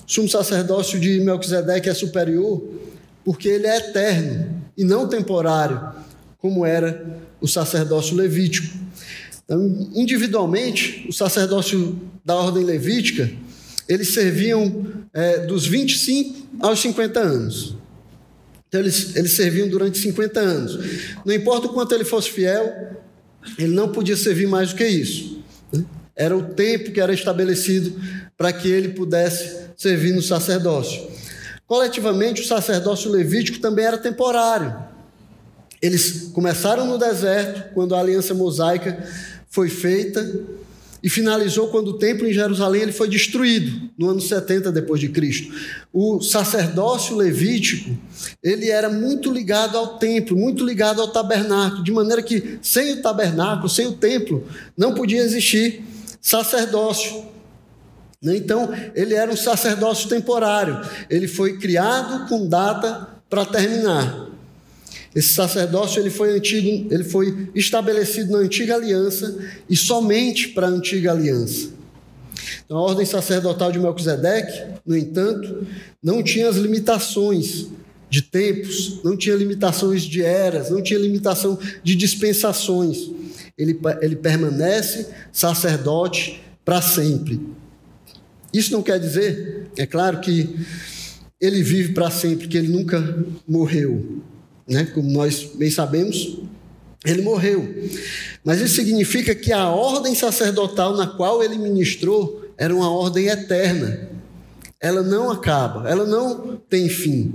o sumo sacerdócio de Melquisedeque é superior porque ele é eterno e não temporário, como era o sacerdócio levítico. Então, individualmente, o sacerdócio da ordem levítica, eles serviam é, dos vinte e cinco aos cinquenta anos. Então, eles, eles serviam durante cinquenta anos. Não importa o quanto ele fosse fiel, ele não podia servir mais do que isso. Né? Era o tempo que era estabelecido para que ele pudesse servir no sacerdócio. Coletivamente, o sacerdócio levítico também era temporário. Eles começaram no deserto, quando a aliança mosaica foi feita, e finalizou quando o templo em Jerusalém ele foi destruído, no ano setenta depois de Cristo. O sacerdócio levítico, ele era muito ligado ao templo, muito ligado ao tabernáculo, de maneira que sem o tabernáculo, sem o templo, não podia existir sacerdócio. Então, ele era um sacerdócio temporário. Ele foi criado com data para terminar. Esse sacerdócio ele foi, antigo, ele foi estabelecido na antiga aliança e somente para a antiga aliança. Então, a ordem sacerdotal de Melquisedeque, no entanto, não tinha as limitações de tempos, não tinha limitações de eras, não tinha limitação de dispensações. Ele, ele permanece sacerdote para sempre. Isso não quer dizer, é claro, que ele vive para sempre, que ele nunca morreu. Né? Como nós bem sabemos, ele morreu. Mas isso significa que a ordem sacerdotal na qual ele ministrou era uma ordem eterna. Ela não acaba, ela não tem fim.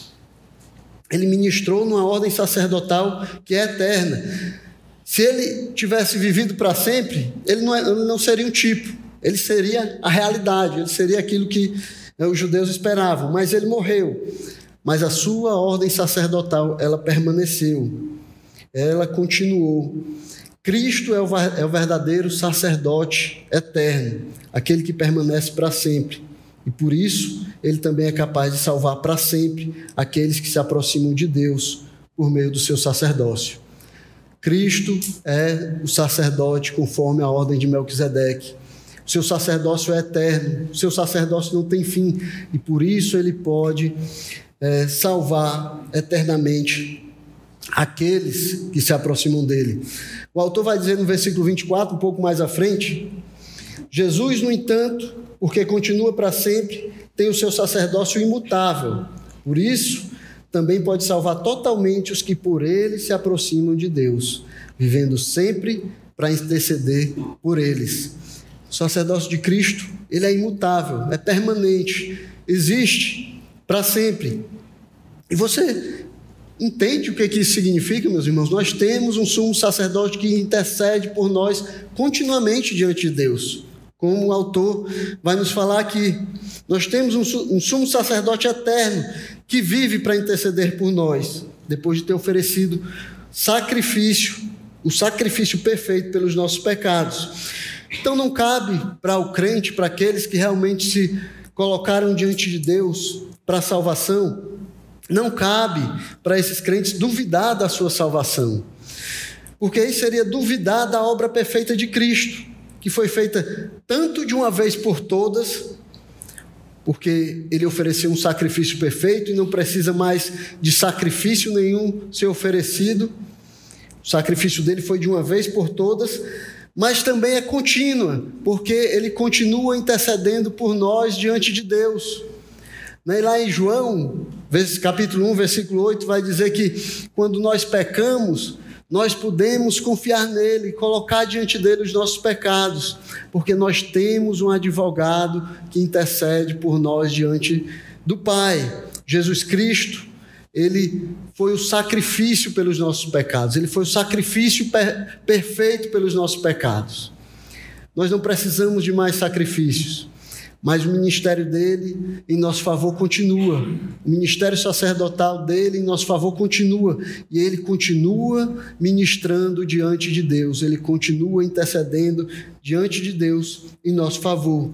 Ele ministrou numa ordem sacerdotal que é eterna. Se ele tivesse vivido para sempre, ele não, ele não seria um tipo. Ele seria a realidade, ele seria aquilo que né, os judeus esperavam, mas ele morreu. Mas a sua ordem sacerdotal, ela permaneceu, ela continuou. Cristo é o, é o verdadeiro sacerdote eterno, aquele que permanece para sempre. E por isso, ele também é capaz de salvar para sempre aqueles que se aproximam de Deus por meio do seu sacerdócio. Cristo é o sacerdote conforme a ordem de Melquisedeque. O seu sacerdócio é eterno, o seu sacerdócio não tem fim, e por isso ele pode é, salvar eternamente aqueles que se aproximam dele. O autor vai dizer no versículo vinte e quatro, um pouco mais à frente: Jesus, no entanto, porque continua para sempre, tem o seu sacerdócio imutável. Por isso, também pode salvar totalmente os que por ele se aproximam de Deus, vivendo sempre para interceder por eles. O sacerdócio de Cristo, ele é imutável, é permanente, existe para sempre. E você entende o que isso significa, meus irmãos? Nós temos um sumo sacerdote que intercede por nós continuamente diante de Deus. Como o autor vai nos falar aqui, nós temos um sumo sacerdote eterno que vive para interceder por nós, depois de ter oferecido sacrifício, o sacrifício perfeito pelos nossos pecados. Então não cabe para o crente, para aqueles que realmente se colocaram diante de Deus para a salvação, não cabe para esses crentes duvidar da sua salvação, porque isso seria duvidar da obra perfeita de Cristo, que foi feita tanto de uma vez por todas, porque ele ofereceu um sacrifício perfeito e não precisa mais de sacrifício nenhum ser oferecido. O sacrifício dele foi de uma vez por todas, mas também é contínua, porque ele continua intercedendo por nós diante de Deus. E lá em João, capítulo um, versículo oito, vai dizer que quando nós pecamos, nós podemos confiar nele, colocar diante dele os nossos pecados, porque nós temos um advogado que intercede por nós diante do Pai. Jesus Cristo, ele foi o sacrifício pelos nossos pecados, ele foi o sacrifício per- perfeito pelos nossos pecados. Nós não precisamos de mais sacrifícios, mas o ministério dele em nosso favor continua, o ministério sacerdotal dele em nosso favor continua, e ele continua ministrando diante de Deus, ele continua intercedendo diante de Deus em nosso favor.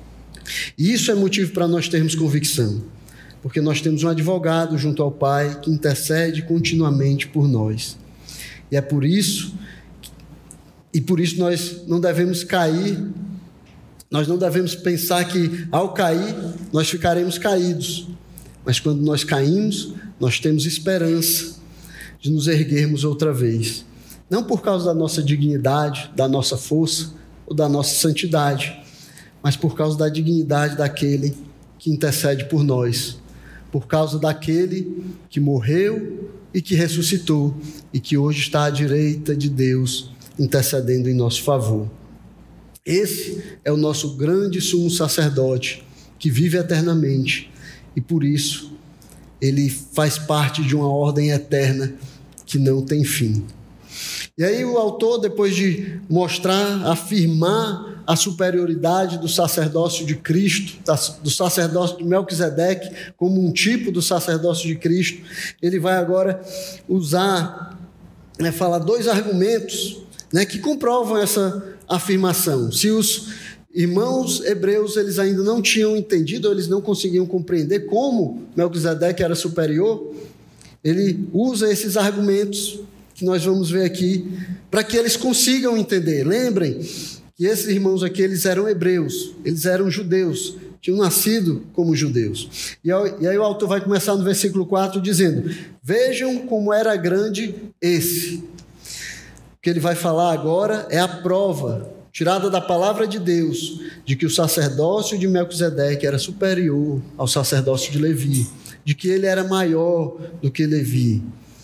E isso é motivo para nós termos convicção, porque nós temos um advogado junto ao Pai que intercede continuamente por nós. E é por isso, e por isso nós não devemos cair Nós não devemos pensar que, ao cair, nós ficaremos caídos. Mas quando nós caímos, nós temos esperança de nos erguermos outra vez. Não por causa da nossa dignidade, da nossa força ou da nossa santidade, mas por causa da dignidade daquele que intercede por nós. Por causa daquele que morreu e que ressuscitou e que hoje está à direita de Deus, intercedendo em nosso favor. Esse é o nosso grande sumo sacerdote, que vive eternamente, e por isso ele faz parte de uma ordem eterna que não tem fim. E aí o autor, depois de mostrar, afirmar a superioridade do sacerdócio de Cristo, do sacerdócio de Melquisedeque, como um tipo do sacerdócio de Cristo, ele vai agora usar, né, falar dois argumentos, né, que comprovam essa afirmação. Se os irmãos hebreus eles ainda não tinham entendido, ou eles não conseguiam compreender como Melquisedeque era superior, ele usa esses argumentos que nós vamos ver aqui, para que eles consigam entender. Lembrem que esses irmãos aqui, eles eram hebreus, eles eram judeus, tinham nascido como judeus. E aí o autor vai começar no versículo quatro dizendo: vejam como era grande esse. O que ele vai falar agora é a prova, tirada da palavra de Deus, de que o sacerdócio de Melquisedeque era superior ao sacerdócio de Levi, de que ele era maior do que Levi.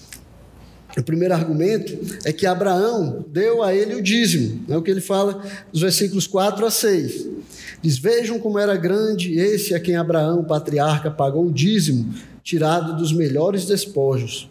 O primeiro argumento é que Abraão deu a ele o dízimo, é o que ele fala nos versículos quatro a seis. Diz: vejam como era grande esse a quem Abraão, o patriarca, pagou o dízimo, tirado dos melhores despojos.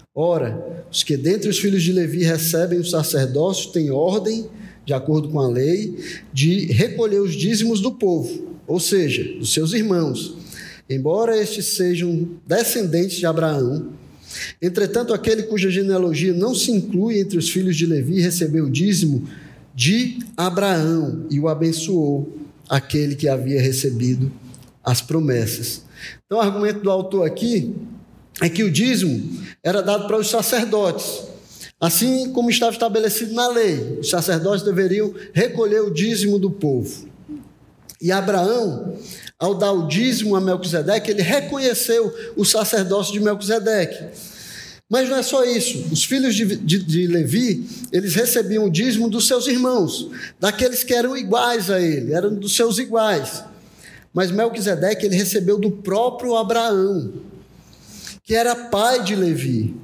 Ora, os que dentre os filhos de Levi recebem o sacerdócio têm ordem, de acordo com a lei, de recolher os dízimos do povo, ou seja, dos seus irmãos, embora estes sejam descendentes de Abraão. Entretanto, aquele cuja genealogia não se inclui entre os filhos de Levi recebeu o dízimo de Abraão e o abençoou, aquele que havia recebido as promessas. Então, o argumento do autor aqui é que o dízimo era dado para os sacerdotes, assim como estava estabelecido na lei. Os sacerdotes deveriam recolher o dízimo do povo. E Abraão, ao dar o dízimo a Melquisedeque, ele reconheceu o sacerdócio de Melquisedeque. Mas não é só isso. Os filhos de, de, de Levi, eles recebiam o dízimo dos seus irmãos, daqueles que eram iguais a ele, eram dos seus iguais. Mas Melquisedeque, ele recebeu do próprio Abraão, que era pai de Levi,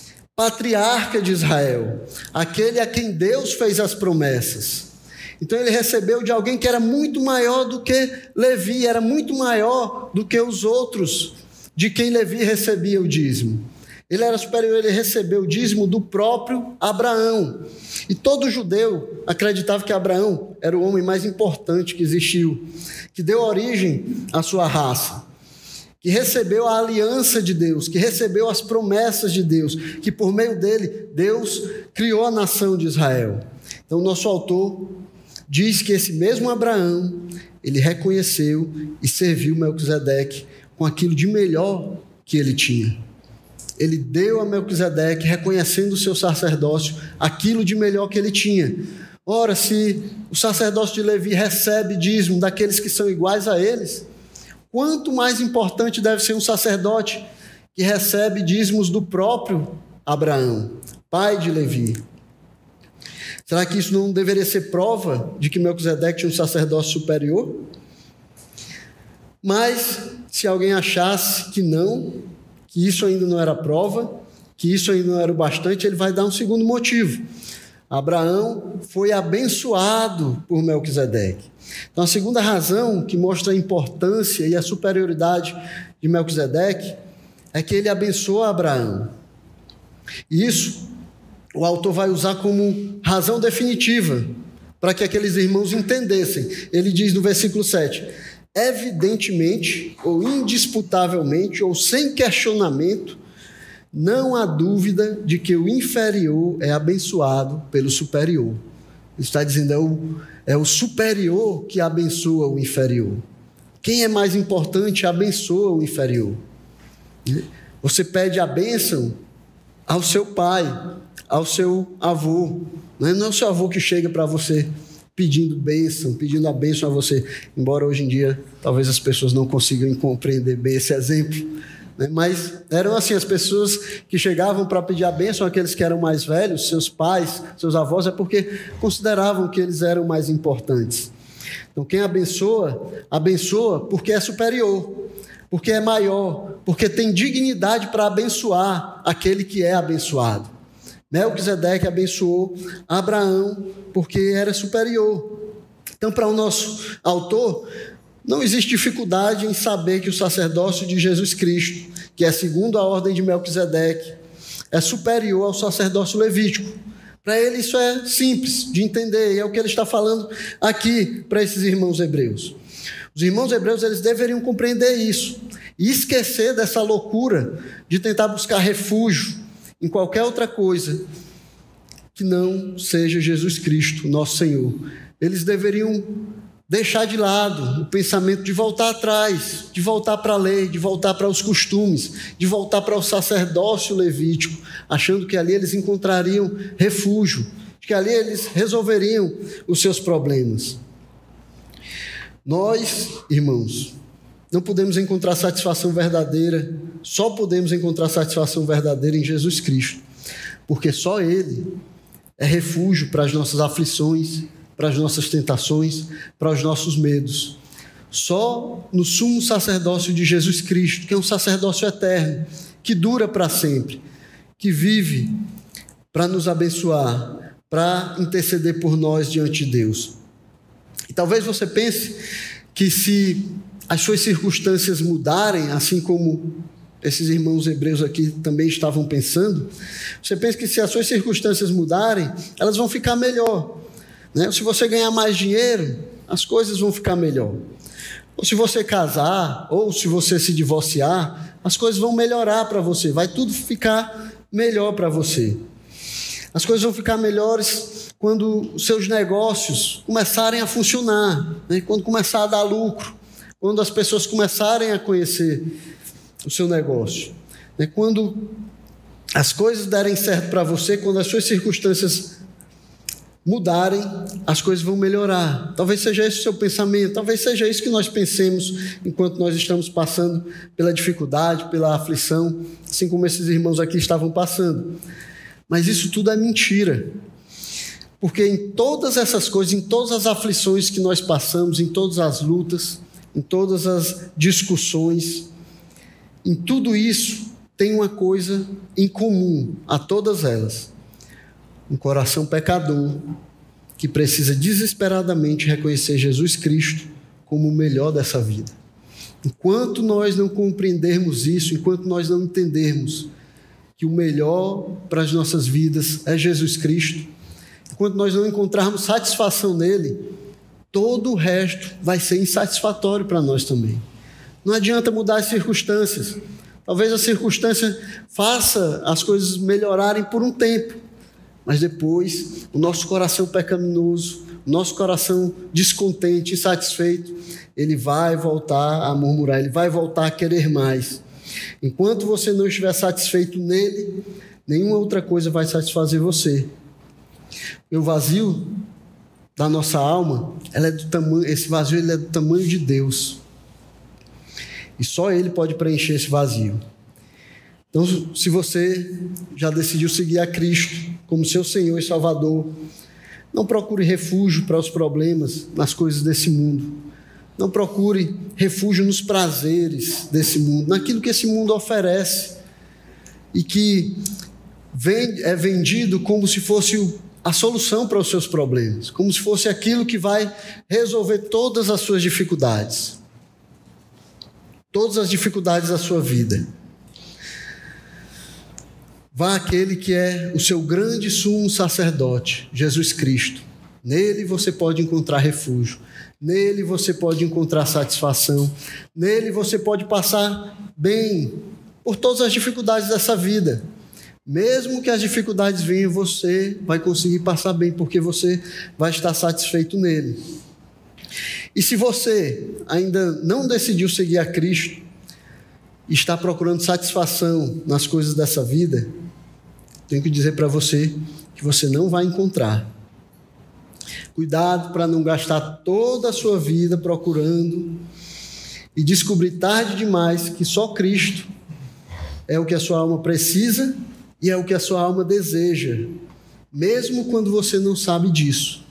patriarca de Israel, aquele a quem Deus fez as promessas. Então ele recebeu de alguém que era muito maior do que Levi, era muito maior do que os outros de quem Levi recebia o dízimo. Ele era superior, ele recebeu o dízimo do próprio Abraão. E todo judeu acreditava que Abraão era o homem mais importante que existiu, que deu origem à sua raça, que recebeu a aliança de Deus, que recebeu as promessas de Deus, que por meio dele Deus criou a nação de Israel. Então o nosso autor diz que esse mesmo Abraão, ele reconheceu e serviu Melquisedeque com aquilo de melhor que ele tinha. Ele deu a Melquisedeque, reconhecendo o seu sacerdócio, aquilo de melhor que ele tinha. Ora, se o sacerdócio de Levi recebe dízimo daqueles que são iguais a eles, quanto mais importante deve ser um sacerdote que recebe dízimos do próprio Abraão, pai de Levi. Será que isso não deveria ser prova de que Melquisedeque tinha um sacerdócio superior? Mas, se alguém achasse que não, que isso ainda não era prova, que isso ainda não era o bastante, ele vai dar um segundo motivo. Abraão foi abençoado por Melquisedeque. Então, a segunda razão que mostra a importância e a superioridade de Melquisedeque é que ele abençoou Abraão. E isso o autor vai usar como razão definitiva para que aqueles irmãos entendessem. Ele diz no versículo sete: evidentemente, ou indisputavelmente, ou sem questionamento, não há dúvida de que o inferior é abençoado pelo superior. Ele está dizendo, é o, é o superior que abençoa o inferior. Quem é mais importante abençoa o inferior. Você pede a bênção ao seu pai, ao seu avô. Não é o seu avô que chega para você pedindo bênção, pedindo a bênção a você. Embora hoje em dia talvez as pessoas não consigam compreender bem esse exemplo, né? Mas eram assim, as pessoas que chegavam para pedir a bênção, aqueles que eram mais velhos, seus pais, seus avós, é porque consideravam que eles eram mais importantes. Então quem abençoa, abençoa porque é superior, porque é maior, porque tem dignidade para abençoar aquele que é abençoado. Melquisedeque abençoou Abraão porque era superior. Então, para o nosso autor, não existe dificuldade em saber que o sacerdócio de Jesus Cristo, que é segundo a ordem de Melquisedeque, é superior ao sacerdócio levítico. Para ele isso é simples de entender, e é o que ele está falando aqui para esses irmãos hebreus. Os irmãos hebreus, eles deveriam compreender isso e esquecer dessa loucura de tentar buscar refúgio em qualquer outra coisa que não seja Jesus Cristo, nosso Senhor. Eles deveriam deixar de lado o pensamento de voltar atrás, de voltar para a lei, de voltar para os costumes, de voltar para o sacerdócio levítico, achando que ali eles encontrariam refúgio, que ali eles resolveriam os seus problemas. Nós, irmãos, não podemos encontrar satisfação verdadeira, só podemos encontrar satisfação verdadeira em Jesus Cristo, porque só Ele é refúgio para as nossas aflições, para as nossas tentações, para os nossos medos. Só no sumo sacerdócio de Jesus Cristo, que é um sacerdócio eterno, que dura para sempre, que vive para nos abençoar, para interceder por nós diante de Deus. E talvez você pense que se as suas circunstâncias mudarem, assim como esses irmãos hebreus aqui também estavam pensando, você pensa que se as suas circunstâncias mudarem, elas vão ficar melhor, né? Se você ganhar mais dinheiro, as coisas vão ficar melhor. Ou se você casar, ou se você se divorciar, as coisas vão melhorar para você, vai tudo ficar melhor para você. As coisas vão ficar melhores quando os seus negócios começarem a funcionar, né? Quando começar a dar lucro, quando as pessoas começarem a conhecer o seu negócio, né? Quando as coisas derem certo para você, quando as suas circunstâncias mudarem, as coisas vão melhorar. Talvez seja esse o seu pensamento, talvez seja isso que nós pensemos enquanto nós estamos passando pela dificuldade, pela aflição, assim como esses irmãos aqui estavam passando. Mas isso tudo é mentira. Porque em todas essas coisas, em todas as aflições que nós passamos, em todas as lutas, em todas as discussões, em tudo isso tem uma coisa em comum a todas elas: um coração pecador que precisa desesperadamente reconhecer Jesus Cristo como o melhor dessa vida. Enquanto nós não compreendermos isso, enquanto nós não entendermos que o melhor para as nossas vidas é Jesus Cristo, enquanto nós não encontrarmos satisfação nele, todo o resto vai ser insatisfatório para nós também. Não adianta mudar as circunstâncias. Talvez a circunstância faça as coisas melhorarem por um tempo, mas depois o nosso coração pecaminoso, o nosso coração descontente, insatisfeito, ele vai voltar a murmurar, ele vai voltar a querer mais. Enquanto você não estiver satisfeito nele, nenhuma outra coisa vai satisfazer você. E o vazio da nossa alma, ela é do tamanho, esse vazio ele é do tamanho de Deus. E só Ele pode preencher esse vazio. Então, se você já decidiu seguir a Cristo como seu Senhor e Salvador, não procure refúgio para os problemas, nas coisas desse mundo. Não procure refúgio nos prazeres desse mundo, naquilo que esse mundo oferece e que é vendido como se fosse a solução para os seus problemas, como se fosse aquilo que vai resolver todas as suas dificuldades. Todas as dificuldades da sua vida. Vá àquele que é o seu grande sumo sacerdote, Jesus Cristo. Nele você pode encontrar refúgio. Nele você pode encontrar satisfação. Nele você pode passar bem por todas as dificuldades dessa vida. Mesmo que as dificuldades venham, você vai conseguir passar bem, porque você vai estar satisfeito nele. E se você ainda não decidiu seguir a Cristo e está procurando satisfação nas coisas dessa vida, tenho que dizer para você que você não vai encontrar. Cuidado para não gastar toda a sua vida procurando e descobrir tarde demais que só Cristo é o que a sua alma precisa e é o que a sua alma deseja, mesmo quando você não sabe disso.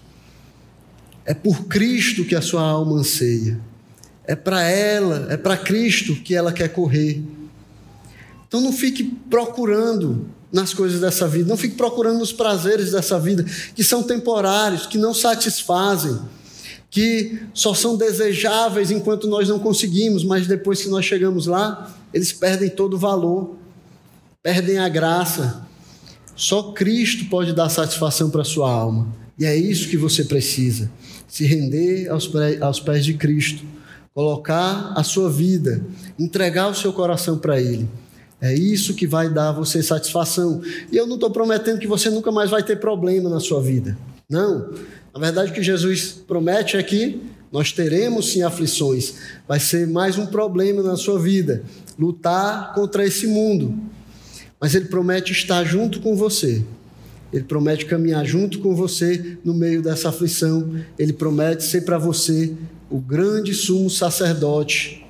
É por Cristo que a sua alma anseia. É para ela, é para Cristo que ela quer correr. Então não fique procurando nas coisas dessa vida, não fique procurando nos prazeres dessa vida, que são temporários, que não satisfazem, que só são desejáveis enquanto nós não conseguimos, mas depois que nós chegamos lá, eles perdem todo o valor, perdem a graça. Só Cristo pode dar satisfação para a sua alma, e é isso que você precisa, se render aos pés, aos pés de Cristo, colocar a sua vida, entregar o seu coração para Ele. É isso que vai dar a você satisfação. E eu não estou prometendo que você nunca mais vai ter problema na sua vida. Não. Na verdade, o que Jesus promete é que nós teremos sim aflições. Vai ser mais um problema na sua vida. Lutar contra esse mundo. Mas Ele promete estar junto com você. Ele promete caminhar junto com você no meio dessa aflição. Ele promete ser para você o grande sumo sacerdote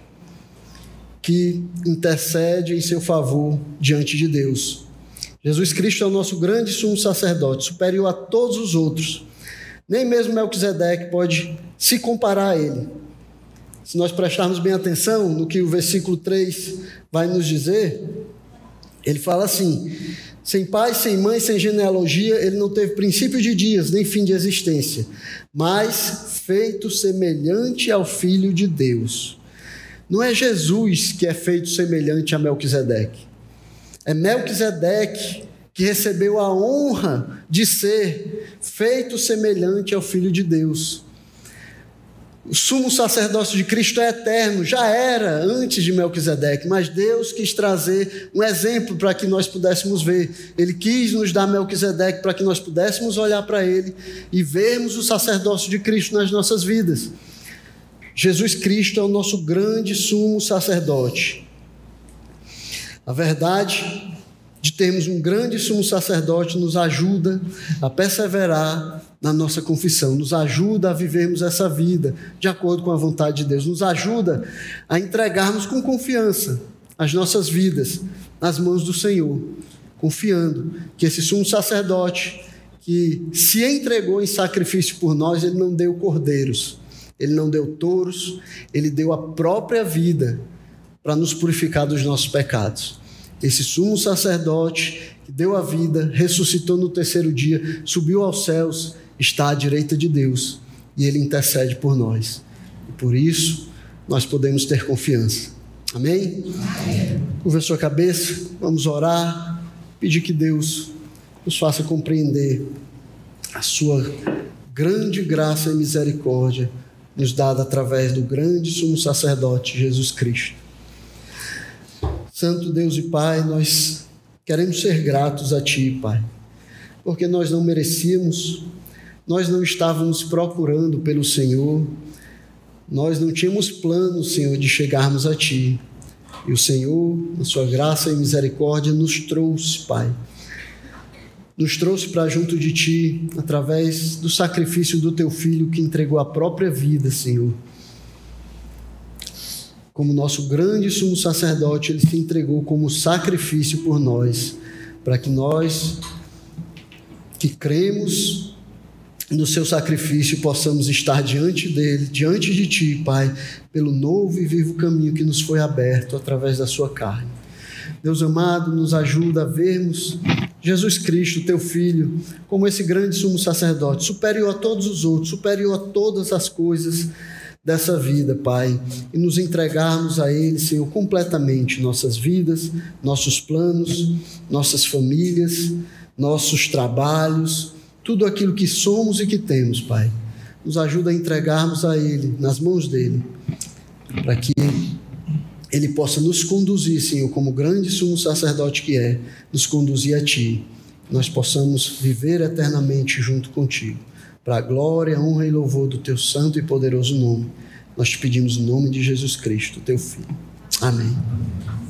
que intercede em seu favor diante de Deus. Jesus Cristo é o nosso grande sumo sacerdote, superior a todos os outros. Nem mesmo Melquisedeque pode se comparar a ele. Se nós prestarmos bem atenção no que o versículo três vai nos dizer, ele fala assim: sem pai, sem mãe, sem genealogia, ele não teve princípio de dias, nem fim de existência, mas feito semelhante ao Filho de Deus. Não é Jesus que é feito semelhante a Melquisedeque. É Melquisedeque que recebeu a honra de ser feito semelhante ao Filho de Deus. O sumo sacerdócio de Cristo é eterno, já era antes de Melquisedeque, mas Deus quis trazer um exemplo para que nós pudéssemos ver. Ele quis nos dar Melquisedeque para que nós pudéssemos olhar para ele e vermos o sacerdócio de Cristo nas nossas vidas. Jesus Cristo é o nosso grande sumo sacerdote. A verdade de termos um grande sumo sacerdote nos ajuda a perseverar na nossa confissão, nos ajuda a vivermos essa vida de acordo com a vontade de Deus, nos ajuda a entregarmos com confiança as nossas vidas nas mãos do Senhor, confiando que esse sumo sacerdote que se entregou em sacrifício por nós, ele não deu cordeiros, ele não deu touros, ele deu a própria vida para nos purificar dos nossos pecados. Esse sumo sacerdote que deu a vida, ressuscitou no terceiro dia, subiu aos céus, está à direita de Deus e ele intercede por nós. E por isso nós podemos ter confiança. Amém? Amém. Curva a sua cabeça, vamos orar, pedir que Deus nos faça compreender a sua grande graça e misericórdia nos dada através do grande sumo sacerdote Jesus Cristo. Santo Deus e Pai, nós queremos ser gratos a Ti, Pai, porque nós não merecíamos, nós não estávamos procurando pelo Senhor, nós não tínhamos plano, Senhor, de chegarmos a Ti. E o Senhor, na Sua graça e misericórdia, nos trouxe, Pai. Nos trouxe para junto de Ti, através do sacrifício do Teu Filho, que entregou a própria vida, Senhor. Como nosso grande sumo sacerdote, Ele se entregou como sacrifício por nós, para que nós, que cremos no Seu sacrifício, possamos estar diante dEle, diante de Ti, Pai, pelo novo e vivo caminho que nos foi aberto através da Sua carne. Deus amado, nos ajuda a vermos Jesus Cristo, Teu Filho, como esse grande sumo sacerdote, superior a todos os outros, superior a todas as coisas dessa vida, Pai, e nos entregarmos a Ele, Senhor, completamente, nossas vidas, nossos planos, nossas famílias, nossos trabalhos, tudo aquilo que somos e que temos, Pai. Nos ajuda a entregarmos a Ele, nas mãos dEle, para que Ele possa nos conduzir, Senhor, como grande sumo sacerdote que é, nos conduzir a Ti, nós possamos viver eternamente junto contigo. Para a glória, honra e louvor do Teu santo e poderoso nome, nós te pedimos em nome de Jesus Cristo, Teu Filho. Amém.